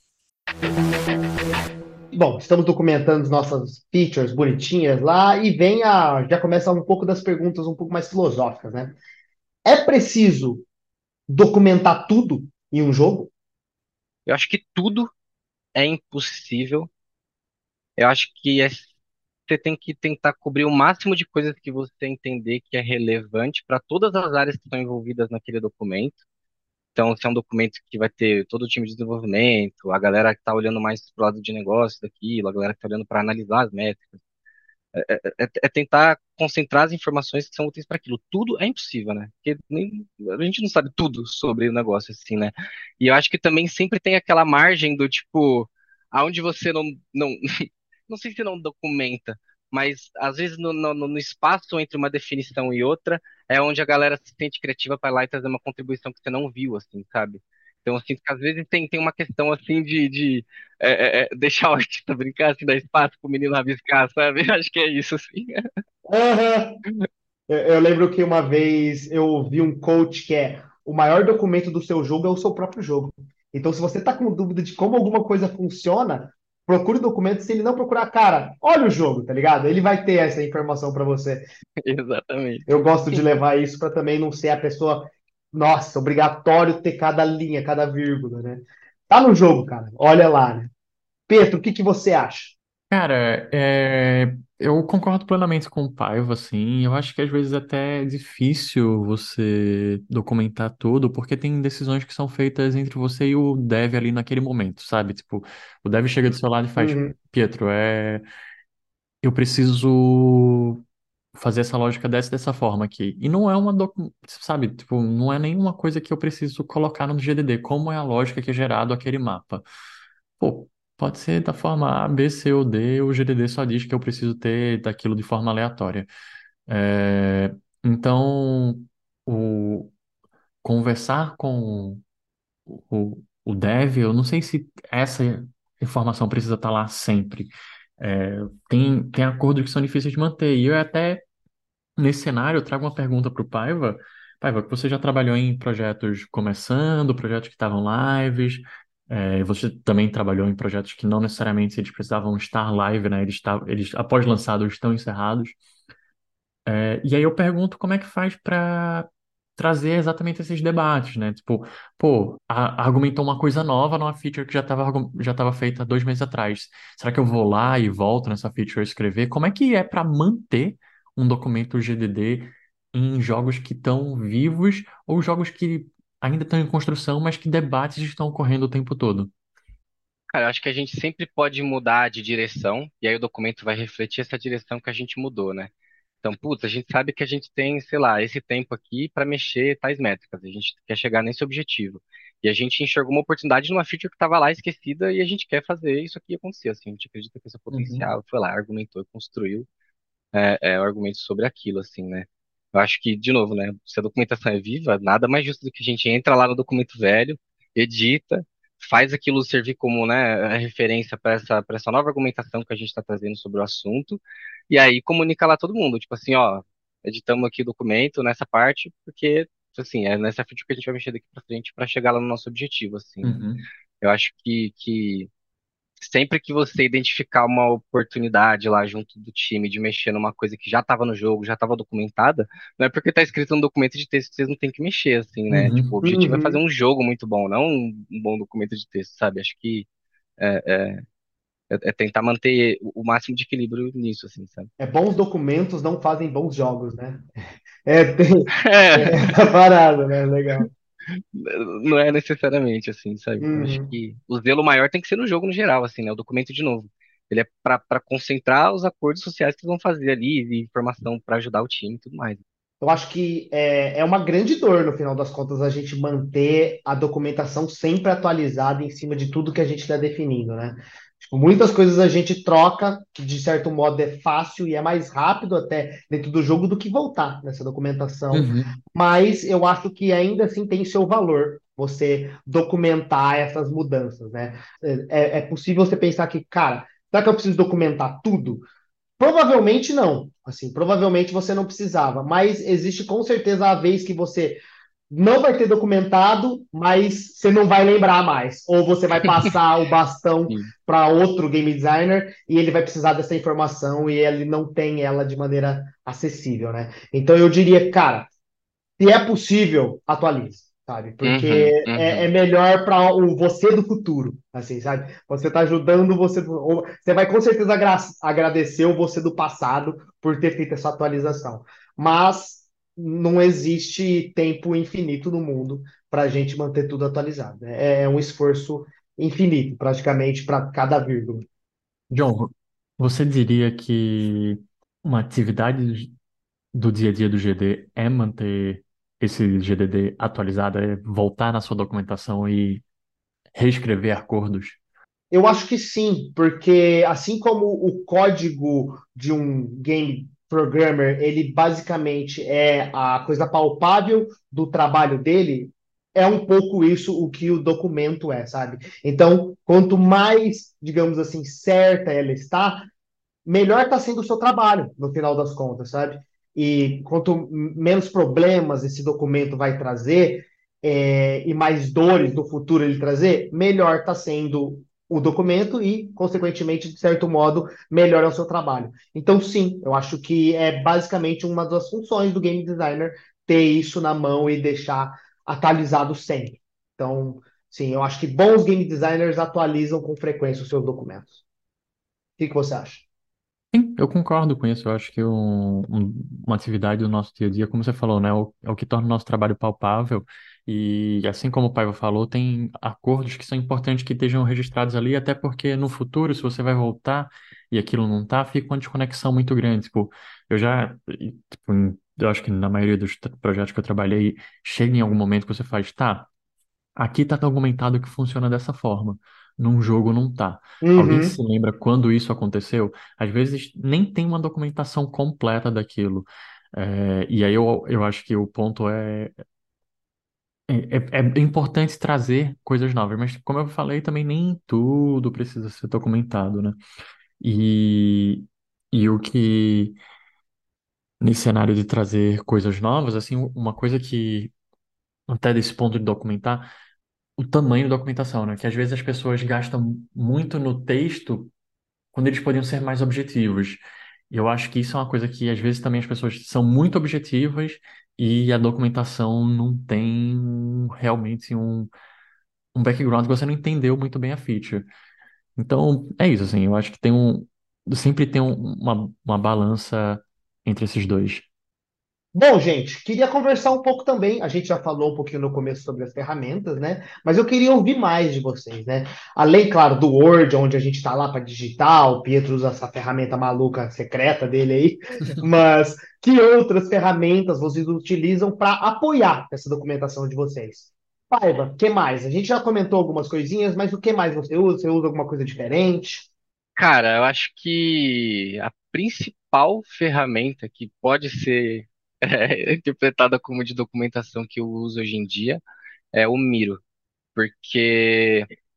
Bom, estamos documentando as nossas features bonitinhas lá e já começa um pouco das perguntas um pouco mais filosóficas, né? É preciso documentar tudo em um jogo? Eu acho que tudo é impossível. Eu acho que você tem que tentar cobrir o máximo de coisas que você entender que é relevante para todas as áreas que estão envolvidas naquele documento. Então, se é um documento que vai ter todo o time de desenvolvimento, a galera que está olhando mais para o lado de negócio daquilo, a galera que está olhando para analisar as métricas, é tentar concentrar as informações que são úteis para aquilo. Tudo é impossível, né? Porque a gente não sabe tudo sobre o negócio, assim, né? E eu acho que também sempre tem aquela margem do tipo, aonde você não, não sei se não documenta, mas às vezes no espaço entre uma definição e outra é onde a galera se sente criativa para ir lá e trazer uma contribuição que você não viu, assim, sabe? Então, assim, às vezes tem uma questão assim de deixar o artista brincar, assim, dar espaço pro menino rabiscar, sabe? Acho que é isso, assim. Aham. Eu lembro que uma vez eu vi um coach que é o maior documento do seu jogo é o seu próprio jogo. Então, se você está com dúvida de como alguma coisa funciona, procure o documento. Se ele não procurar, cara, olha o jogo, tá ligado? Ele vai ter essa informação para você. Exatamente. Eu gosto de levar isso para também não ser a pessoa, nossa, obrigatório ter cada linha, cada vírgula, né? Tá no jogo, cara. Olha lá, né? Pedro, o que que você acha? Cara, eu concordo plenamente com o Paiva, assim. Eu acho que às vezes até é difícil você documentar tudo, porque tem decisões que são feitas entre você e o dev ali naquele momento, sabe? Tipo, o dev chega do seu lado e faz, Uhum, Pietro, eu preciso fazer essa lógica dessa forma aqui. E não é sabe? Tipo, não é nenhuma coisa que eu preciso colocar no GDD. Como é a lógica que é gerado aquele mapa? Pô, pode ser da forma A, B, C ou D, o GDD só diz que eu preciso ter daquilo de forma aleatória. Então, o conversar com o dev, eu não sei se essa informação precisa estar lá sempre. Tem acordos que são difíceis de manter. E eu até, nesse cenário, eu trago uma pergunta para o Paiva. Paiva, você já trabalhou em projetos começando, projetos que estavam lives, você também trabalhou em projetos que não necessariamente eles precisavam estar live, né? Eles após lançados, estão encerrados. E aí eu pergunto como é que faz para trazer exatamente esses debates, né? Tipo, pô, argumentou uma coisa nova numa feature que já estava feita 2 meses atrás. Será que eu vou lá e volto nessa feature a escrever? Como é que é para manter um documento GDD em jogos que estão vivos ou jogos que ainda estão em construção, mas que debates estão ocorrendo o tempo todo? Cara, eu acho que a gente sempre pode mudar de direção, e aí o documento vai refletir essa direção que a gente mudou, né? Então, putz, a gente sabe que a gente tem, sei lá, esse tempo aqui para mexer tais métricas, a gente quer chegar nesse objetivo. E a gente enxergou uma oportunidade numa feature que estava lá esquecida e a gente quer fazer isso aqui acontecer, assim, a gente acredita que esse é o Uhum, potencial, foi lá, argumentou e construiu o argumento sobre aquilo, assim, né? Eu acho que, de novo, né, se a documentação é viva, nada mais justo do que a gente entra lá no documento velho, edita, faz aquilo servir como, né, a referência para essa nova argumentação que a gente está trazendo sobre o assunto, e aí comunica lá todo mundo, tipo assim, ó, editamos aqui o documento nessa parte, porque, assim, é nessa feature que a gente vai mexer daqui para frente para chegar lá no nosso objetivo, assim, né? Uhum. Eu acho que sempre que você identificar uma oportunidade lá junto do time de mexer numa coisa que já estava no jogo, já estava documentada, não é porque está escrito no documento de texto que vocês não têm que mexer, assim, né? Tipo, o Uhum. objetivo é fazer Uhum. um jogo muito bom, não um bom documento de texto, sabe? Acho que é tentar manter o máximo de equilíbrio nisso, assim, sabe? Bons documentos não fazem bons jogos, né? Tem essa parada, né? Legal. Não é necessariamente assim, sabe? Então acho Uhum. que o zelo maior tem que ser no jogo no geral, assim, né? O documento de novo. Ele é para concentrar os acordos sociais que eles vão fazer ali, e informação para ajudar o time e tudo mais. Eu acho que é uma grande dor, no final das contas, a gente manter a documentação sempre atualizada em cima de tudo que a gente está definindo, né? Tipo, muitas coisas a gente troca, que de certo modo é fácil e é mais rápido até dentro do jogo do que voltar nessa documentação, Uhum. mas eu acho que ainda assim tem seu valor você documentar essas mudanças, né? É possível você pensar que, cara, será que eu preciso documentar tudo? Provavelmente não. Assim, provavelmente você não precisava, mas existe com certeza a vez que você não vai ter documentado, mas você não vai lembrar mais. Ou você vai passar o bastão Sim. para outro game designer e ele vai precisar dessa informação e ele não tem ela de maneira acessível, né? Então eu diria, cara, se é possível, atualize, sabe? Uhum, Porque é uhum. melhor para o você do futuro, assim, sabe? Você está ajudando você. Você vai com certeza agradecer o você do passado por ter feito essa atualização. Mas não existe tempo infinito no mundo para a gente manter tudo atualizado, né? É um esforço infinito, praticamente, para cada vírgula. John, você diria que uma atividade do dia a dia do GD é manter esse GDD atualizado, é voltar na sua documentação e reescrever acordos? Eu acho que sim, porque assim como o código de um game programmer, ele basicamente é a coisa palpável do trabalho dele, é um pouco isso o que o documento é, sabe? Então, quanto mais, digamos assim, certa ela está, melhor está sendo o seu trabalho, no final das contas, sabe? E quanto menos problemas esse documento vai trazer, e mais dores no futuro ele trazer, melhor está sendo o documento e, consequentemente, de certo modo, melhor é o seu trabalho. Então, sim, eu acho que é basicamente uma das funções do game designer ter isso na mão e deixar atualizado sempre. Então, sim, eu acho que bons game designers atualizam com frequência os seus documentos. O que você acha? Sim, eu concordo com isso. Eu acho que uma atividade do nosso dia a dia, como você falou, né, é o que torna o nosso trabalho palpável. E assim como o Paiva falou, tem acordos que são importantes que estejam registrados ali, até porque no futuro, se você vai voltar e aquilo não tá, fica uma desconexão muito grande. Tipo, eu acho que na maioria dos projetos que eu trabalhei, chega em algum momento que você faz, tá. Aqui tá argumentado que funciona dessa forma. Num jogo não tá. Alguém se Uhum. lembra quando isso aconteceu? Às vezes nem tem uma documentação completa daquilo. E aí eu acho que o ponto é importante trazer coisas novas, mas como eu falei, também nem tudo precisa ser documentado, né? E, e o que, nesse cenário de trazer coisas novas, assim, uma coisa que, até desse ponto de documentar, o tamanho da documentação, né? Que às vezes as pessoas gastam muito no texto quando eles poderiam ser mais objetivos. E eu acho que isso é uma coisa que às vezes também as pessoas são muito objetivas e a documentação não tem realmente um background que você não entendeu muito bem a feature. Então, é isso, assim, eu acho que sempre tem uma balança entre esses dois. Bom, gente, queria conversar um pouco também. A gente já falou um pouquinho no começo sobre as ferramentas, né? Mas eu queria ouvir mais de vocês, né? Além, claro, do Word, onde a gente está lá para digitar, o Pietro usa essa ferramenta maluca secreta dele aí. Mas que outras ferramentas vocês utilizam para apoiar essa documentação de vocês? Paiva, o que mais? A gente já comentou algumas coisinhas, mas o que mais você usa? Você usa alguma coisa diferente? Cara, eu acho que a principal ferramenta que pode ser interpretada como de documentação que eu uso hoje em dia é o Miro, porque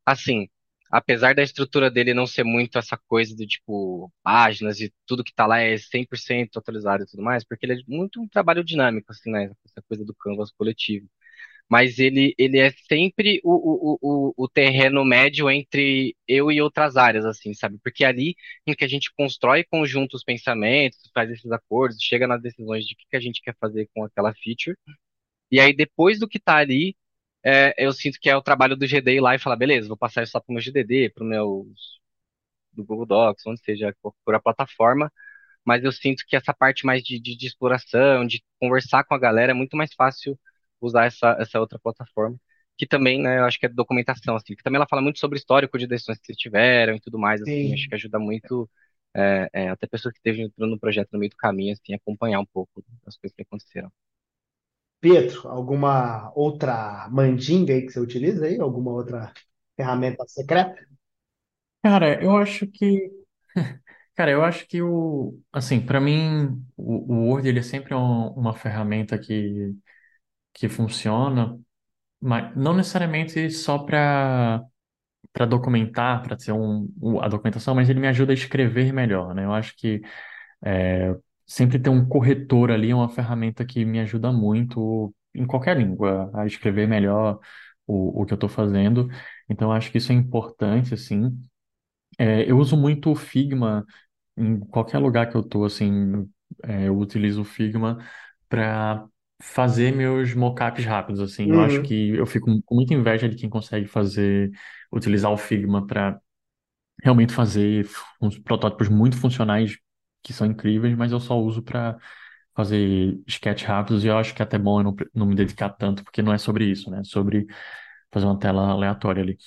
assim, apesar da estrutura dele não ser muito essa coisa do tipo, páginas e tudo que tá lá é 100% atualizado e tudo mais, porque ele é muito um trabalho dinâmico, assim, né? Essa coisa do Canvas coletivo. Mas ele é sempre o terreno médio entre eu e outras áreas, assim, sabe? Porque é ali em que a gente constrói conjunto os pensamentos, faz esses acordos, chega nas decisões de o que que a gente quer fazer com aquela feature. E aí, depois do que tá ali, eu sinto que é o trabalho do GD ir lá e falar, beleza, vou passar isso lá pro meu GDD, pro meu do Google Docs, onde seja, por a plataforma, mas eu sinto que essa parte mais de exploração, de conversar com a galera, é muito mais fácil usar essa outra plataforma, que também, né, eu acho que é documentação, assim, que também ela fala muito sobre o histórico de decisões que vocês tiveram e tudo mais, assim, acho Sim. que ajuda muito, até pessoas que estejam entrando no projeto no meio do caminho, assim, acompanhar um pouco das coisas que aconteceram. Pietro, alguma outra mandinga aí que você utiliza aí? Alguma outra ferramenta secreta? Cara, eu acho que, cara, eu acho que assim, para mim, o Word ele é sempre uma ferramenta que funciona, mas não necessariamente só para documentar, para ser a documentação, mas ele me ajuda a escrever melhor, né? Eu acho que é, sempre ter um corretor ali é uma ferramenta que me ajuda muito em qualquer língua a escrever melhor o que eu estou fazendo. Então, eu acho que isso é importante, assim. Eu uso muito o Figma em qualquer lugar que eu estou, assim, eu utilizo o Figma para fazer meus mockups rápidos, assim. Eu acho Uhum. que eu fico com muita inveja de quem consegue utilizar o Figma para realmente fazer uns protótipos muito funcionais que são incríveis, mas eu só uso para fazer sketch rápidos e eu acho que é até bom eu não me dedicar tanto, porque não é sobre isso, né? É sobre fazer uma tela aleatória ali.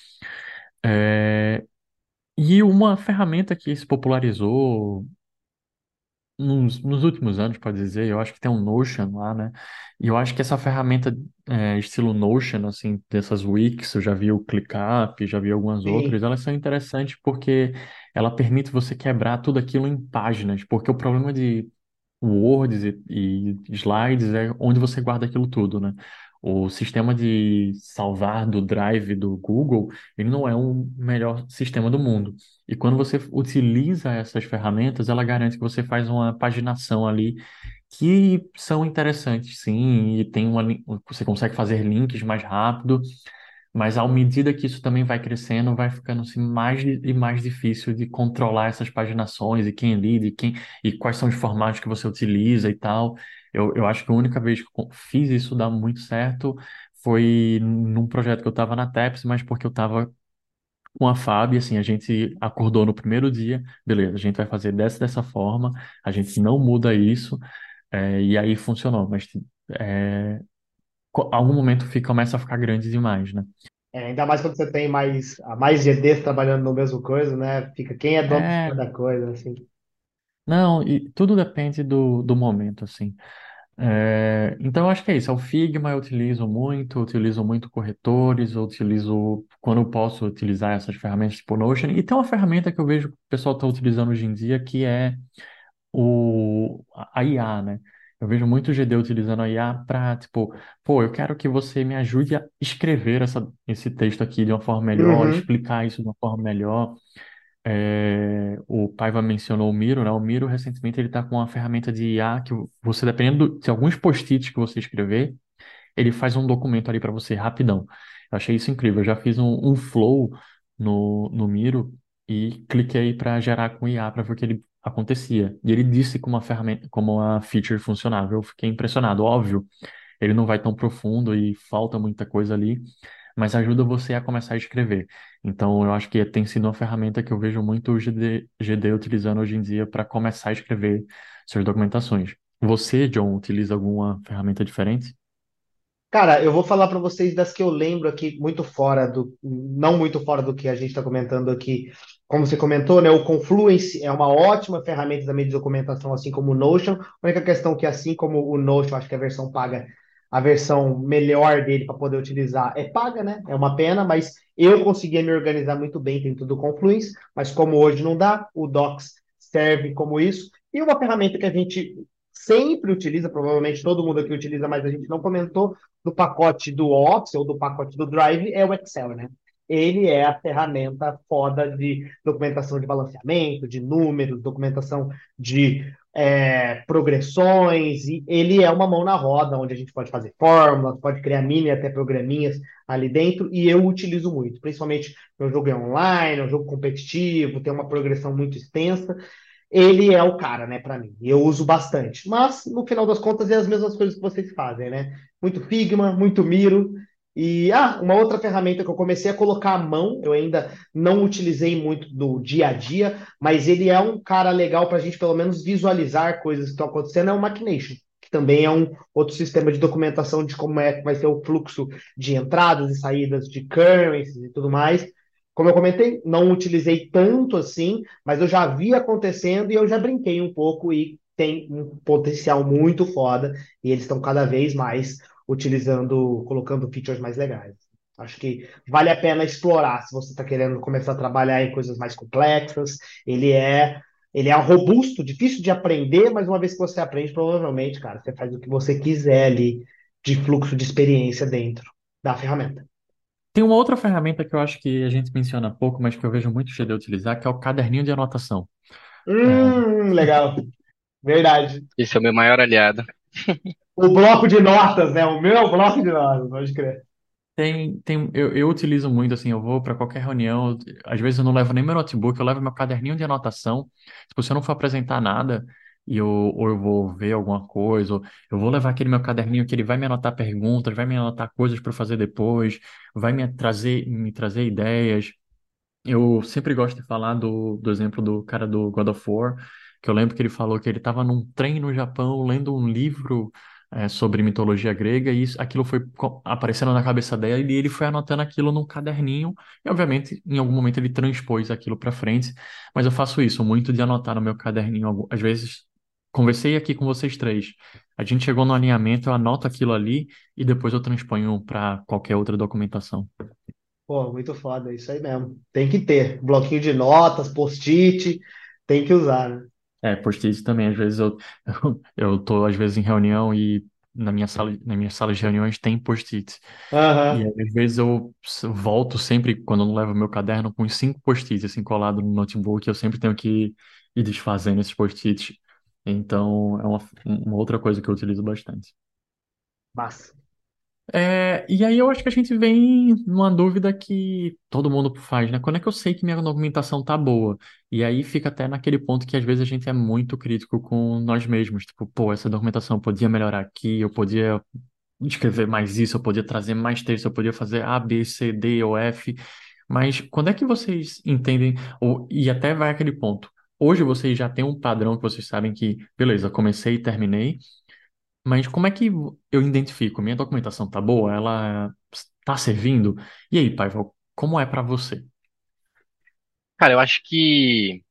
É, E uma ferramenta que se popularizou nos últimos anos, pode dizer, eu acho que tem um Notion lá, né? E eu acho que essa ferramenta estilo Notion, assim, dessas wikis, eu já vi o ClickUp, já vi algumas outras, Sim. elas são interessantes porque ela permite você quebrar tudo aquilo em páginas, porque o problema de Words e slides é onde você guarda aquilo tudo, né? O sistema de salvar do Drive do Google, ele não é o melhor sistema do mundo. E quando você utiliza essas ferramentas, ela garante que você faz uma paginação ali que são interessantes, sim, e você consegue fazer links mais rápido, mas à medida que isso também vai crescendo, vai ficando assim, e mais difícil de controlar essas paginações e quem lida e quais são os formatos que você utiliza e tal. Eu acho que a única vez que eu fiz isso dar muito certo foi num projeto que eu estava na TEPS, mas porque eu estava com a Fábio, assim, a gente acordou no primeiro dia, beleza, a gente vai fazer dessa forma, a gente não muda isso, e aí funcionou, mas algum momento começa a ficar grande demais, né? Ainda mais quando você tem mais GDs trabalhando no mesmo coisa, né? Fica quem é dono de É, cada coisa, assim. não, e tudo depende do momento, assim. Então, eu acho que é isso. É o Figma eu utilizo muito corretores, eu utilizo, quando eu posso utilizar essas ferramentas tipo Notion. E tem uma ferramenta que eu vejo que o pessoal está utilizando hoje em dia, que é a IA, né? Eu vejo muito GD utilizando a IA para, tipo, pô, eu quero que você me ajude a escrever esse texto aqui de uma forma melhor, Uhum. explicar isso de uma forma melhor. O Paiva mencionou o Miro, né? O Miro, recentemente, ele está com uma ferramenta de IA que você, dependendo de alguns post-its que você escrever, ele faz um documento ali para você rapidão. Eu achei isso incrível. Eu já fiz um flow no Miro e cliquei para gerar com IA para ver o que ele acontecia. E ele disse como a ferramenta, como a feature funcionava. Eu fiquei impressionado. Óbvio, ele não vai tão profundo e falta muita coisa ali, mas ajuda você a começar a escrever. Então, eu acho que tem sido uma ferramenta que eu vejo muito o GD utilizando hoje em dia para começar a escrever suas documentações. Você, John, utiliza alguma ferramenta diferente? Cara, eu vou falar para vocês das que eu lembro aqui, não muito fora do que a gente está comentando aqui. Como você comentou, né? O Confluence é uma ótima ferramenta também de documentação, assim como o Notion. A única questão que, assim como o Notion, acho que a versão paga, a versão melhor dele para poder utilizar é paga, né? É uma pena, mas eu conseguia me organizar muito bem dentro do Confluence, mas como hoje não dá, o Docs serve como isso. E uma ferramenta que a gente sempre utiliza, provavelmente todo mundo aqui utiliza, mas a gente não comentou do pacote do Office ou do pacote do Drive é o Excel, né? ele é a ferramenta foda de documentação de balanceamento, de números, documentação de progressões, e ele é uma mão na roda, onde a gente pode fazer fórmulas, pode criar mini até programinhas ali dentro, e eu utilizo muito, principalmente meu jogo é online, é um jogo competitivo, tem uma progressão muito extensa, ele é o cara, né, para mim. E eu uso bastante. Mas, no final das contas, é as mesmas coisas que vocês fazem, né? Muito Figma, muito Miro. E, uma outra ferramenta que eu comecei a colocar à mão, eu ainda não utilizei muito do dia a dia, mas ele é um cara legal para a gente, pelo menos, visualizar coisas que estão acontecendo, é o Machination, que também é um outro sistema de documentação de como é que vai ser o fluxo de entradas e saídas de currencies e tudo mais. Como eu comentei, não utilizei tanto assim, mas eu já vi acontecendo e eu já brinquei um pouco e tem um potencial muito foda e eles estão cada vez mais utilizando, colocando features mais legais. Acho que vale a pena explorar se você está querendo começar a trabalhar em coisas mais complexas. Ele é, ele é robusto, difícil de aprender, mas uma vez que você aprende, provavelmente, cara, você faz o que você quiser ali de fluxo de experiência dentro da ferramenta. Tem uma outra ferramenta que eu acho que a gente menciona pouco, mas que eu vejo muito GD utilizar, que é o caderninho de anotação. É, Legal. Verdade. Esse é o meu maior aliado. O bloco de notas, né? O meu é o bloco de notas, pode crer. eu utilizo muito, assim, eu vou para qualquer reunião, às vezes eu não levo nem meu notebook, eu levo meu caderninho de anotação. Tipo, se eu não for apresentar nada, ou eu vou ver alguma coisa, ou eu vou levar aquele meu caderninho que ele vai me anotar perguntas, vai me anotar coisas para fazer depois, vai me trazer ideias. Eu sempre gosto de falar do exemplo do cara do God of War, que eu lembro que ele falou que ele estava num trem no Japão lendo um livro sobre mitologia grega e aquilo foi aparecendo na cabeça dele e ele foi anotando aquilo num caderninho e, obviamente, em algum momento ele transpôs aquilo para frente. Mas eu faço isso, muito de anotar no meu caderninho. Às vezes, conversei aqui com vocês três. A gente chegou no alinhamento, eu anoto aquilo ali e depois eu transponho para qualquer outra documentação. Pô, muito foda, é isso aí mesmo. Tem que ter. Bloquinho de notas, post-it, tem que usar, né? Post-it também, às vezes eu tô às vezes em reunião e na minha sala de reuniões tem post-it. E Aham. aí, às vezes eu volto sempre, quando eu não levo meu caderno, com os 5 post-its assim colado no notebook, eu sempre tenho que ir desfazendo esses post-its. Então, é uma outra coisa que eu utilizo bastante. Massa. E aí eu acho que a gente vem numa dúvida que todo mundo faz, né? Quando é que eu sei que minha documentação tá boa? E aí fica até naquele ponto que às vezes a gente é muito crítico com nós mesmos. Tipo, pô, essa documentação eu podia melhorar aqui, eu podia escrever mais isso, eu podia trazer mais texto, eu podia fazer A, B, C, D ou F. Mas quando é que vocês entendem, e até vai aquele ponto? Hoje vocês já têm um padrão que vocês sabem que, beleza, comecei e terminei. Mas como é que eu identifico? Minha documentação tá boa? Ela tá servindo? E aí, Paival, como é pra você? Cara, eu acho que,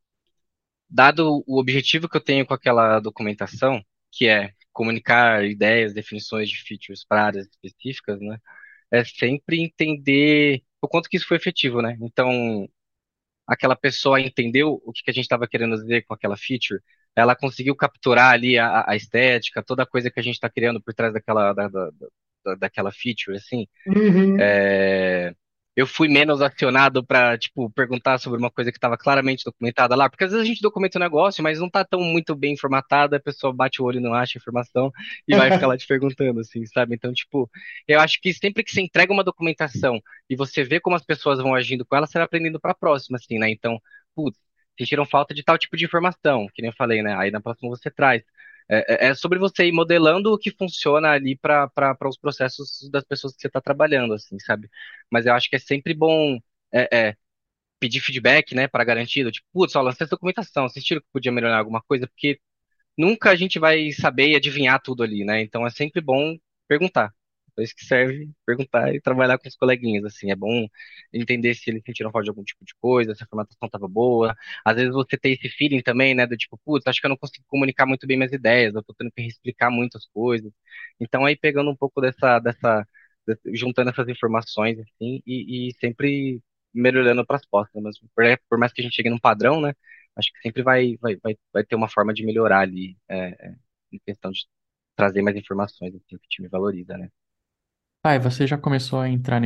dado o objetivo que eu tenho com aquela documentação, que é comunicar ideias, definições de features para áreas específicas, né? É sempre entender o quanto que isso foi efetivo, né? Então, aquela pessoa entendeu o que que a gente estava querendo dizer com aquela feature, ela conseguiu capturar ali a estética, toda a coisa que a gente está criando por trás daquela feature, assim. Uhum. É, eu fui menos acionado para, tipo, perguntar sobre uma coisa que estava claramente documentada lá, porque às vezes a gente documenta um negócio, mas não está tão muito bem formatado, a pessoa bate o olho e não acha a informação e vai ficar lá te perguntando, assim, sabe? Então, tipo, eu acho que sempre que você entrega uma documentação e você vê como as pessoas vão agindo com ela, você vai aprendendo para a próxima, assim, né? Então, putz, sentiram falta de tal tipo de informação, que nem eu falei, né? Aí na próxima você traz. É sobre você ir modelando o que funciona ali para os processos das pessoas que você está trabalhando, assim, sabe? Mas eu acho que é sempre bom pedir feedback, né, para garantir, tipo, putz, só lancei essa documentação, vocês tiram que podia melhorar alguma coisa, porque nunca a gente vai saber e adivinhar tudo ali, né? Então é sempre bom perguntar. É isso que serve perguntar e trabalhar com os coleguinhas, assim, é bom entender se eles sentiram falta de algum tipo de coisa, se a formatação estava boa. Às vezes você tem esse feeling também, né, do tipo, putz, acho que eu não consigo comunicar muito bem minhas ideias, eu tô tendo que explicar muitas coisas. Então aí pegando um pouco juntando essas informações, assim, e sempre melhorando para as próximas. Mas por mais que a gente chegue num padrão, né? Acho que sempre vai ter uma forma de melhorar ali, em questão de trazer mais informações assim, que o time valoriza, né? Pai, você já começou a entrar nesse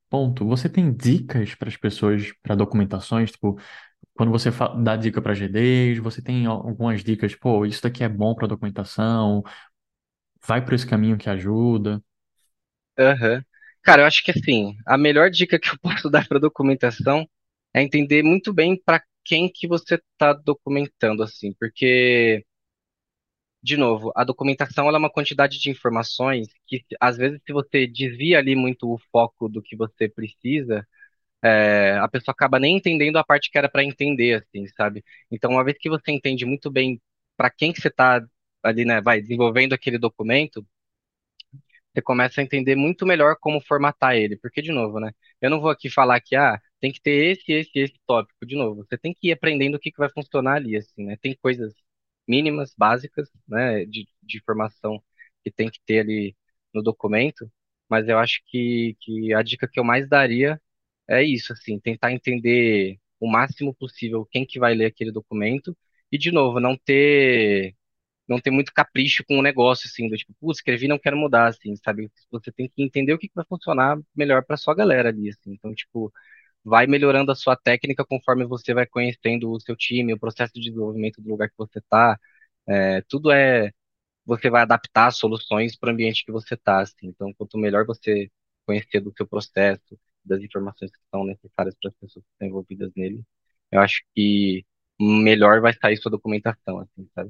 ponto, você tem dicas para as pessoas, para documentações, tipo, quando você dá dica para GDs, você tem algumas dicas, pô, isso daqui é bom para documentação, vai por esse caminho que ajuda. Aham. Cara, eu acho que assim, a melhor dica que eu posso dar para documentação é entender muito bem para quem que você está documentando, assim, porque, de novo, a documentação ela é uma quantidade de informações que, às vezes, se você desvia ali muito o foco do que você precisa, a pessoa acaba nem entendendo a parte que era para entender, assim, sabe? Então, uma vez que você entende muito bem para quem que você está ali, né, vai desenvolvendo aquele documento, você começa a entender muito melhor como formatar ele. Porque, de novo, né? Eu não vou aqui falar que, tem que ter esse tópico. De novo, você tem que ir aprendendo o que que vai funcionar ali, assim, né? Tem coisas mínimas, básicas, né, de informação que tem que ter ali no documento, mas eu acho que a dica que eu mais daria é isso, assim, tentar entender o máximo possível quem que vai ler aquele documento e, de novo, não ter muito capricho com o negócio, assim, do tipo, putz, escrevi, não quero mudar, assim, sabe? Você tem que entender o que que vai funcionar melhor para sua galera ali, assim. Então, tipo, vai melhorando a sua técnica conforme você vai conhecendo o seu time, o processo de desenvolvimento do lugar que você tá. Tudo você vai adaptar as soluções para o ambiente que você tá, assim. Então, quanto melhor você conhecer do seu processo, das informações que são necessárias para as pessoas que estão envolvidas nele, eu acho que melhor vai sair sua documentação, assim, sabe?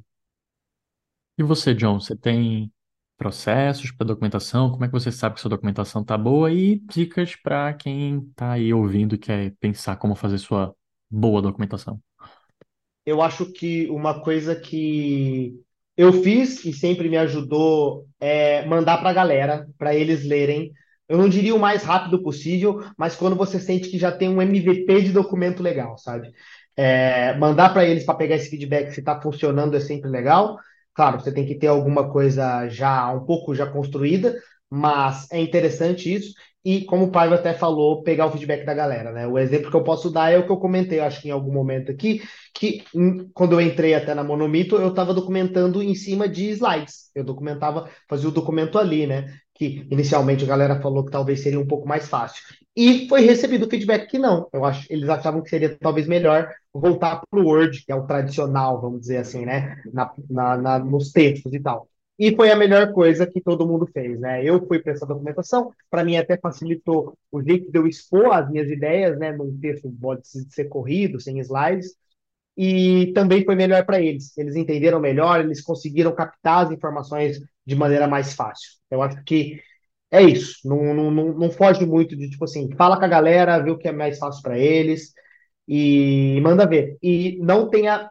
E você, John, você tem processos para documentação? Como é que você sabe que sua documentação tá boa? E dicas para quem tá aí ouvindo e quer pensar como fazer sua boa documentação? Eu acho que uma coisa que eu fiz e sempre me ajudou é mandar para a galera, para eles lerem. Eu não diria o mais rápido possível, mas quando você sente que já tem um MVP de documento legal, sabe? Mandar para eles para pegar esse feedback se está funcionando é sempre legal. Claro, você tem que ter alguma coisa já um pouco já construída, mas é interessante isso. E como o Paiva até falou, pegar o feedback da galera, né? O exemplo que eu posso dar é o que eu comentei, acho que em algum momento aqui, que quando eu entrei até na Monomito, eu estava documentando em cima de slides. Eu documentava, fazia o documento ali, né? Que inicialmente a galera falou que talvez seria um pouco mais fácil. E foi recebido o feedback que não. Eu acho, eles achavam que seria talvez melhor voltar para o Word, que é o tradicional, vamos dizer assim, né? Nos textos e tal. E foi a melhor coisa que todo mundo fez, né? Eu fui para essa documentação, para mim até facilitou o jeito de eu expor as minhas ideias, né? Num texto pode ser corrido, sem slides, e também foi melhor para eles. Eles entenderam melhor, eles conseguiram captar as informações de maneira mais fácil. Eu acho que é isso. Não foge muito de, tipo assim, fala com a galera, vê o que é mais fácil para eles e manda ver. E não tenha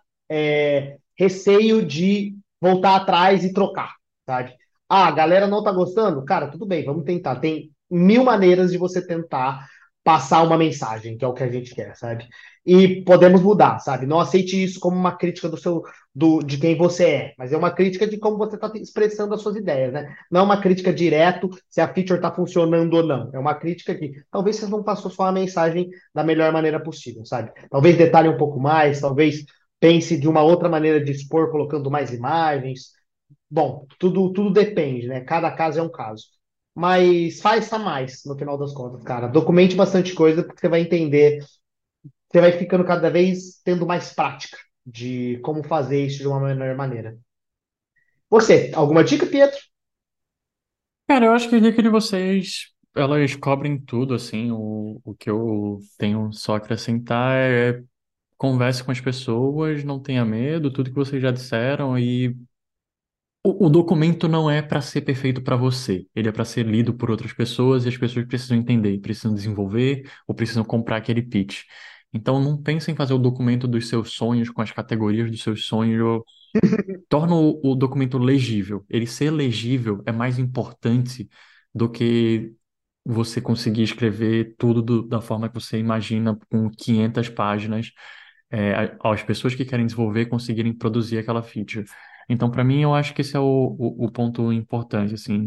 receio de voltar atrás e trocar, sabe? Ah, a galera não tá gostando? Cara, tudo bem, vamos tentar. Tem mil maneiras de você tentar passar uma mensagem, que é o que a gente quer, sabe? E podemos mudar, sabe? Não aceite isso como uma crítica de quem você é, mas é uma crítica de como você está expressando as suas ideias, né? Não é uma crítica direto se a feature está funcionando ou não. É uma crítica que talvez você não passou só a mensagem da melhor maneira possível, sabe? Talvez detalhe um pouco mais, talvez pense de uma outra maneira de expor, colocando mais imagens. Bom, tudo depende, né? Cada caso é um caso. Mas faça mais, no final das contas, cara. Documente bastante coisa, porque você vai entender, você vai ficando cada vez tendo mais prática de como fazer isso de uma melhor maneira. Você, alguma dica, Pietro? Cara, eu acho que a dica de vocês, elas cobrem tudo, assim, o que eu tenho só a acrescentar é converse com as pessoas, não tenha medo, tudo que vocês já disseram e o documento não é para ser perfeito para você, ele é para ser lido por outras pessoas e as pessoas precisam entender, precisam desenvolver ou precisam comprar aquele pitch. Então não pense em fazer o documento dos seus sonhos com as categorias dos seus sonhos. Torna o documento legível. Ele ser legível é mais importante do que você conseguir escrever tudo da forma que você imagina, com 500 páginas, as pessoas que querem desenvolver conseguirem produzir aquela feature. Então, para mim, eu acho que esse é o ponto importante, assim,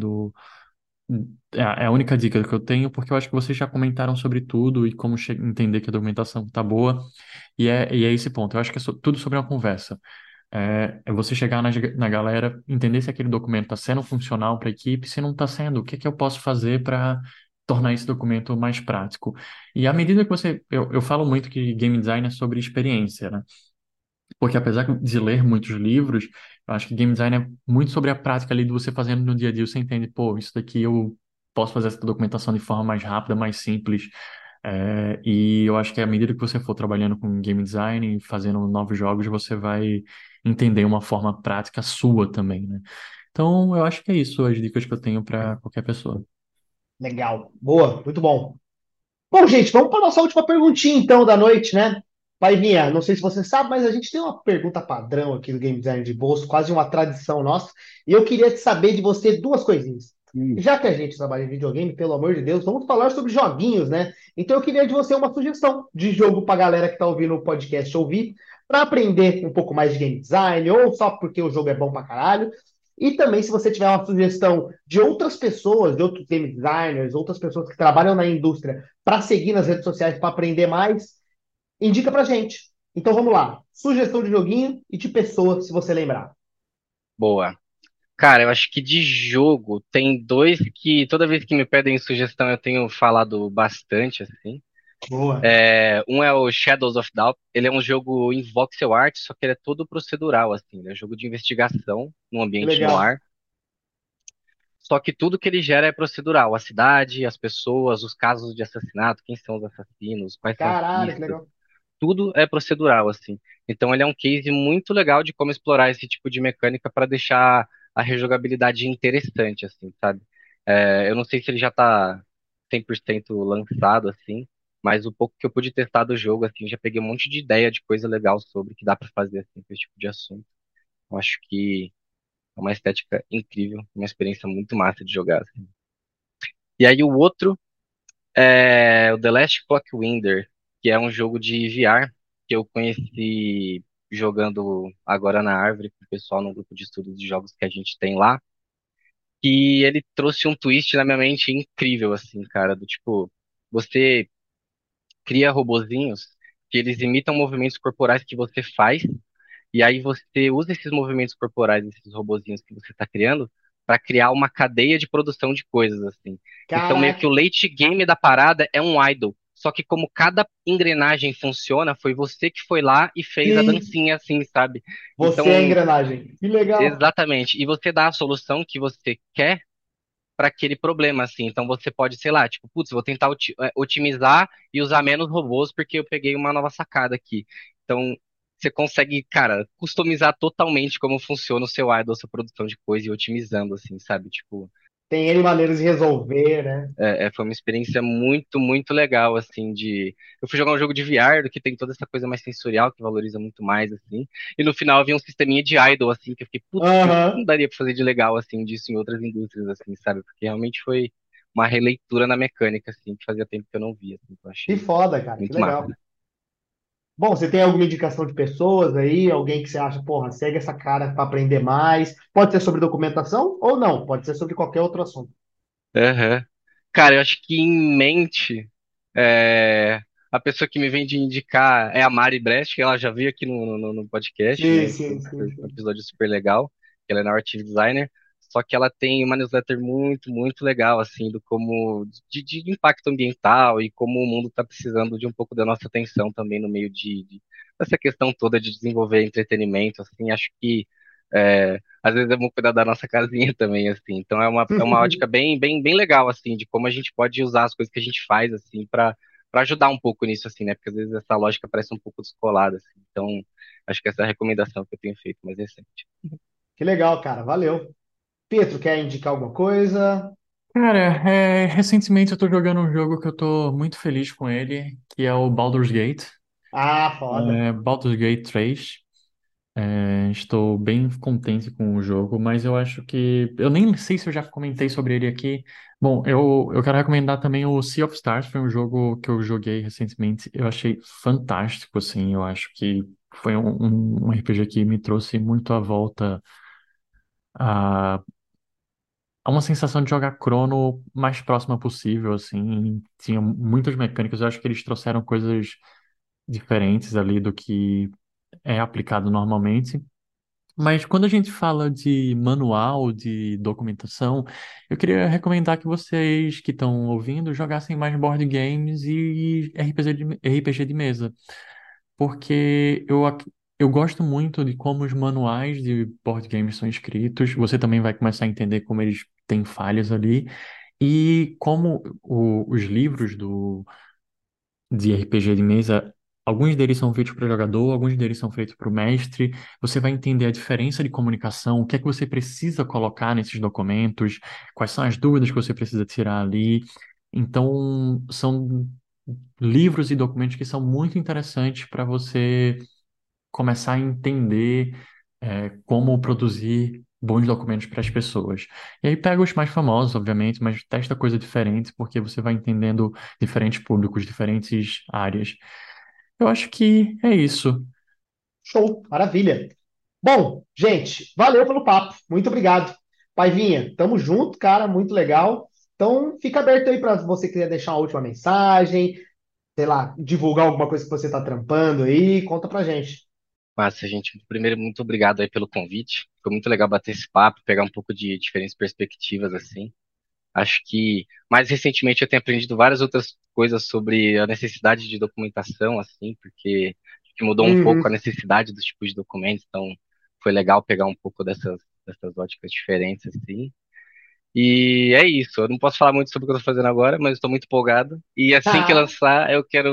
é a única dica que eu tenho, porque eu acho que vocês já comentaram sobre tudo e como entender que a documentação tá boa, e é esse ponto. Eu acho que é tudo sobre uma conversa. É você chegar na galera, entender se aquele documento está sendo funcional para a equipe, se não está sendo, o que que eu posso fazer para tornar esse documento mais prático. E à medida que eu falo muito que game design é sobre experiência, né? Porque apesar de ler muitos livros, eu acho que game design é muito sobre a prática ali de você fazendo no dia a dia. Você entende, pô, isso daqui eu posso fazer essa documentação de forma mais rápida, mais simples. E eu acho que à medida que você for trabalhando com game design, fazendo novos jogos, você vai entender uma forma prática sua também, né? Então, eu acho que é isso, as dicas que eu tenho para qualquer pessoa. Legal. Boa, muito bom. Bom, gente, vamos para nossa última perguntinha, então, da noite, né? Paivinha, não sei se você sabe, mas a gente tem uma pergunta padrão aqui do Game Design de Bolso, quase uma tradição nossa. E eu queria saber de você duas coisinhas. Já que a gente trabalha em videogame, pelo amor de Deus, vamos falar sobre joguinhos, né? Então eu queria de você uma sugestão de jogo para a galera que está ouvindo o podcast ouvir, para aprender um pouco mais de game design, ou só porque o jogo é bom pra caralho. E também, se você tiver uma sugestão de outras pessoas, de outros game designers, outras pessoas que trabalham na indústria, para seguir nas redes sociais para aprender mais, indica pra gente. Então vamos lá. Sugestão de joguinho e de pessoa, se você lembrar. Boa. Cara, eu acho que de jogo tem dois que toda vez que me pedem sugestão eu tenho falado bastante, assim. Boa. Um é o Shadows of Doubt. Ele é um jogo em voxel art, só que ele é todo procedural, assim. Ele é um jogo de investigação num Que ambiente no legal. ar. Só que tudo que ele gera é procedural. A cidade, as pessoas, os casos de assassinato, quem são os assassinos, quais são as Caralho, que pistas. legal. Tudo é procedural, assim. Então ele é um case muito legal de como explorar esse tipo de mecânica para deixar a rejogabilidade interessante, assim, sabe? Eu não sei se ele já tá 100% lançado, assim, mas o pouco que eu pude testar do jogo, assim, já peguei um monte de ideia de coisa legal sobre que dá para fazer, assim, com esse tipo de assunto. Eu acho que é uma estética incrível, uma experiência muito massa de jogar, assim. E aí o outro é o The Last Clockwinder, que é um jogo de VR que eu conheci jogando agora na Árvore com o pessoal no grupo de estudos de jogos que a gente tem lá. E ele trouxe um twist na minha mente incrível, assim, cara, do tipo, você cria robozinhos que eles imitam movimentos corporais que você faz e aí você usa esses movimentos corporais, esses robozinhos que você está criando, para criar uma cadeia de produção de coisas, assim. Então, meio que o Caraca. late game da parada é um idol. Só que como cada engrenagem funciona, foi você que foi lá e fez a Sim, dancinha assim, sabe? você é a Então, engrenagem. Que legal. exatamente. E você dá a solução que você quer para aquele problema, assim. Então você pode, sei lá, tipo, putz, vou tentar otimizar e usar menos robôs porque eu peguei uma nova sacada aqui. Então você consegue, cara, customizar totalmente como funciona o seu idle, a sua produção de coisa e otimizando, assim, sabe? Tipo, Tem N maneiras de resolver, né? foi uma experiência muito, muito legal, assim, de... Eu fui jogar um jogo de VR, que tem toda essa coisa mais sensorial, que valoriza muito mais, assim, e no final havia um sisteminha de idle, assim, que eu fiquei, putz, o que não Aham. daria pra fazer de legal, assim, disso em outras indústrias, assim, sabe? Porque realmente foi uma releitura na mecânica, assim, que fazia tempo que eu não via, assim, que eu Que achei foda, cara. Que muito massa. legal. Bom, você tem alguma indicação de pessoas aí? Alguém que você acha, porra, segue essa cara para aprender mais? Pode ser sobre documentação ou não? Pode ser sobre qualquer outro assunto. Aham. Cara, eu acho que em mente, é, a pessoa que me vem de indicar é a Mari Brecht, que ela já veio aqui no podcast, Sim, né? sim, Foi sim, um sim. episódio super legal. Ela é narrative designer, só que ela tem uma newsletter muito, muito legal, assim, do como de impacto ambiental e como o mundo está precisando de um pouco da nossa atenção também no meio dessa questão toda de desenvolver entretenimento, assim, acho que às vezes é bom cuidar da nossa casinha também, assim. Então é uma ótica bem, bem, bem legal, assim, de como a gente pode usar as coisas que a gente faz, assim, para ajudar um pouco nisso, assim, né? Porque às vezes essa lógica parece um pouco descolada, assim. Então, acho que essa é a recomendação que eu tenho feito mais recente. Que legal, cara. Valeu. Pedro, quer indicar alguma coisa? Cara, recentemente eu tô jogando um jogo que eu tô muito feliz com ele, que é o Baldur's Gate. Ah, foda. Baldur's Gate 3. Estou bem contente com o jogo, mas eu acho que. Eu nem sei se eu já comentei sobre ele aqui. Bom, eu quero recomendar também o Sea of Stars, foi um jogo que eu joguei recentemente. Eu achei fantástico, assim. Eu acho que foi um RPG que me trouxe muito à volta a, a uma sensação de jogar Chrono mais próxima possível, assim. Tinha muitas mecânicas, eu acho que eles trouxeram coisas diferentes ali do que é aplicado normalmente. Mas quando a gente fala de manual, de documentação, eu queria recomendar que vocês que estão ouvindo jogassem mais board games e RPG de mesa. Porque eu gosto muito de como os manuais de board games são escritos. Você também vai começar a entender como eles têm falhas ali. E como os livros de RPG de mesa, alguns deles são feitos para o jogador, alguns deles são feitos para o mestre. Você vai entender a diferença de comunicação, o que é que você precisa colocar nesses documentos, quais são as dúvidas que você precisa tirar ali. Então, são livros e documentos que são muito interessantes para você começar a entender como produzir bons documentos para as pessoas. E aí pega os mais famosos, obviamente, mas testa coisas diferentes, porque você vai entendendo diferentes públicos, diferentes áreas. Eu acho que é isso. Show, maravilha. Bom, gente, valeu pelo papo. Muito obrigado. Paivinha, tamo junto, cara, muito legal. Então, fica aberto aí para você quiser deixar uma última mensagem, sei lá, divulgar alguma coisa que você tá trampando aí, conta pra gente. Massa, gente. Primeiro, muito obrigado aí pelo convite. Foi muito legal bater esse papo, pegar um pouco de diferentes perspectivas, assim. Acho que mais recentemente eu tenho aprendido várias outras coisas sobre a necessidade de documentação, assim, porque acho que mudou um pouco a Uhum. necessidade dos tipos de documentos, então foi legal pegar um pouco dessas óticas diferentes, assim. E é isso, eu não posso falar muito sobre o que eu tô fazendo agora, mas estou muito empolgado. E assim que Ah, lançar,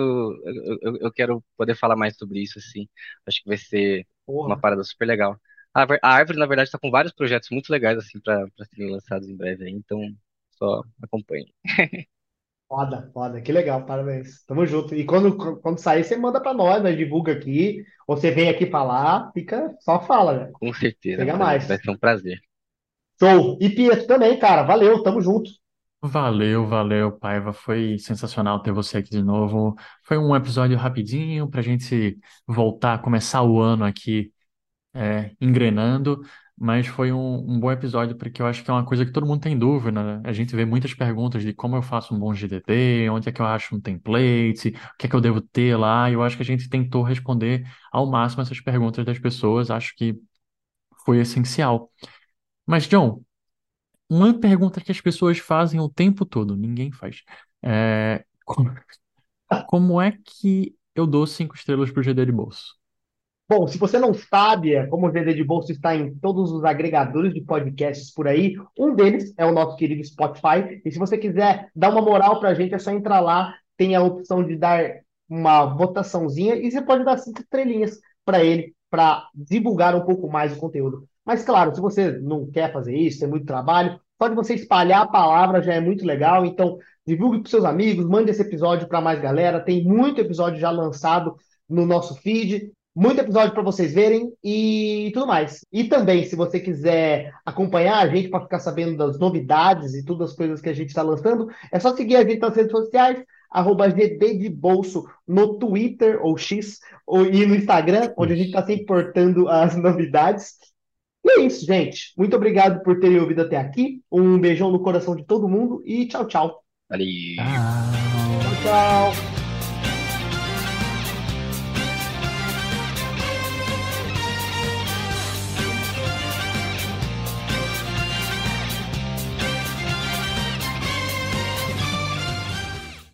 eu quero poder falar mais sobre isso, assim. Acho que vai ser uma porra, parada super legal. A Árvore, na verdade, está com vários projetos muito legais, assim, para serem lançados em breve aí, então só acompanhe. foda, foda, que legal, parabéns. Tamo junto. E quando sair, você manda pra nós divulga aqui, ou você vem aqui falar, fica, só fala, velho. Com certeza, Chega vai mais. ser um prazer. Show. E Pietro também, cara, valeu, tamo junto. Valeu, valeu, Paiva. Foi sensacional ter você aqui de novo. Foi um episódio rapidinho para a gente voltar, começar o ano aqui engrenando, mas foi um bom episódio porque eu acho que é uma coisa que todo mundo tem dúvida, né? A gente vê muitas perguntas de como eu faço um bom GDD, onde é que eu acho um template, o que é que eu devo ter lá, e eu acho que a gente tentou responder ao máximo essas perguntas das pessoas, acho que foi essencial. Mas, John, uma pergunta que as pessoas fazem o tempo todo, ninguém faz. Como é que eu dou 5 estrelas pro GD de bolso? Bom, se você não sabe, como o VD de Bolso está em todos os agregadores de podcasts por aí, um deles é o nosso querido Spotify. E se você quiser dar uma moral para a gente, é só entrar lá, tem a opção de dar uma votaçãozinha e você pode dar 5 estrelinhas para ele, para divulgar um pouco mais o conteúdo. Mas claro, se você não quer fazer isso, tem muito trabalho, só de você espalhar a palavra já é muito legal. Então, divulgue para seus amigos, mande esse episódio para mais galera. Tem muito episódio já lançado no nosso feed. Muito episódio para vocês verem e tudo mais. E também, se você quiser acompanhar a gente para ficar sabendo das novidades e todas as coisas que a gente está lançando, é só seguir a gente nas redes sociais, @GD de Bolso no Twitter ou X e no Instagram, onde a gente está sempre portando as novidades. E é isso, gente. Muito obrigado por terem ouvido até aqui. Um beijão no coração de todo mundo e tchau, tchau. Valeu! Tchau, Tchau. tchau.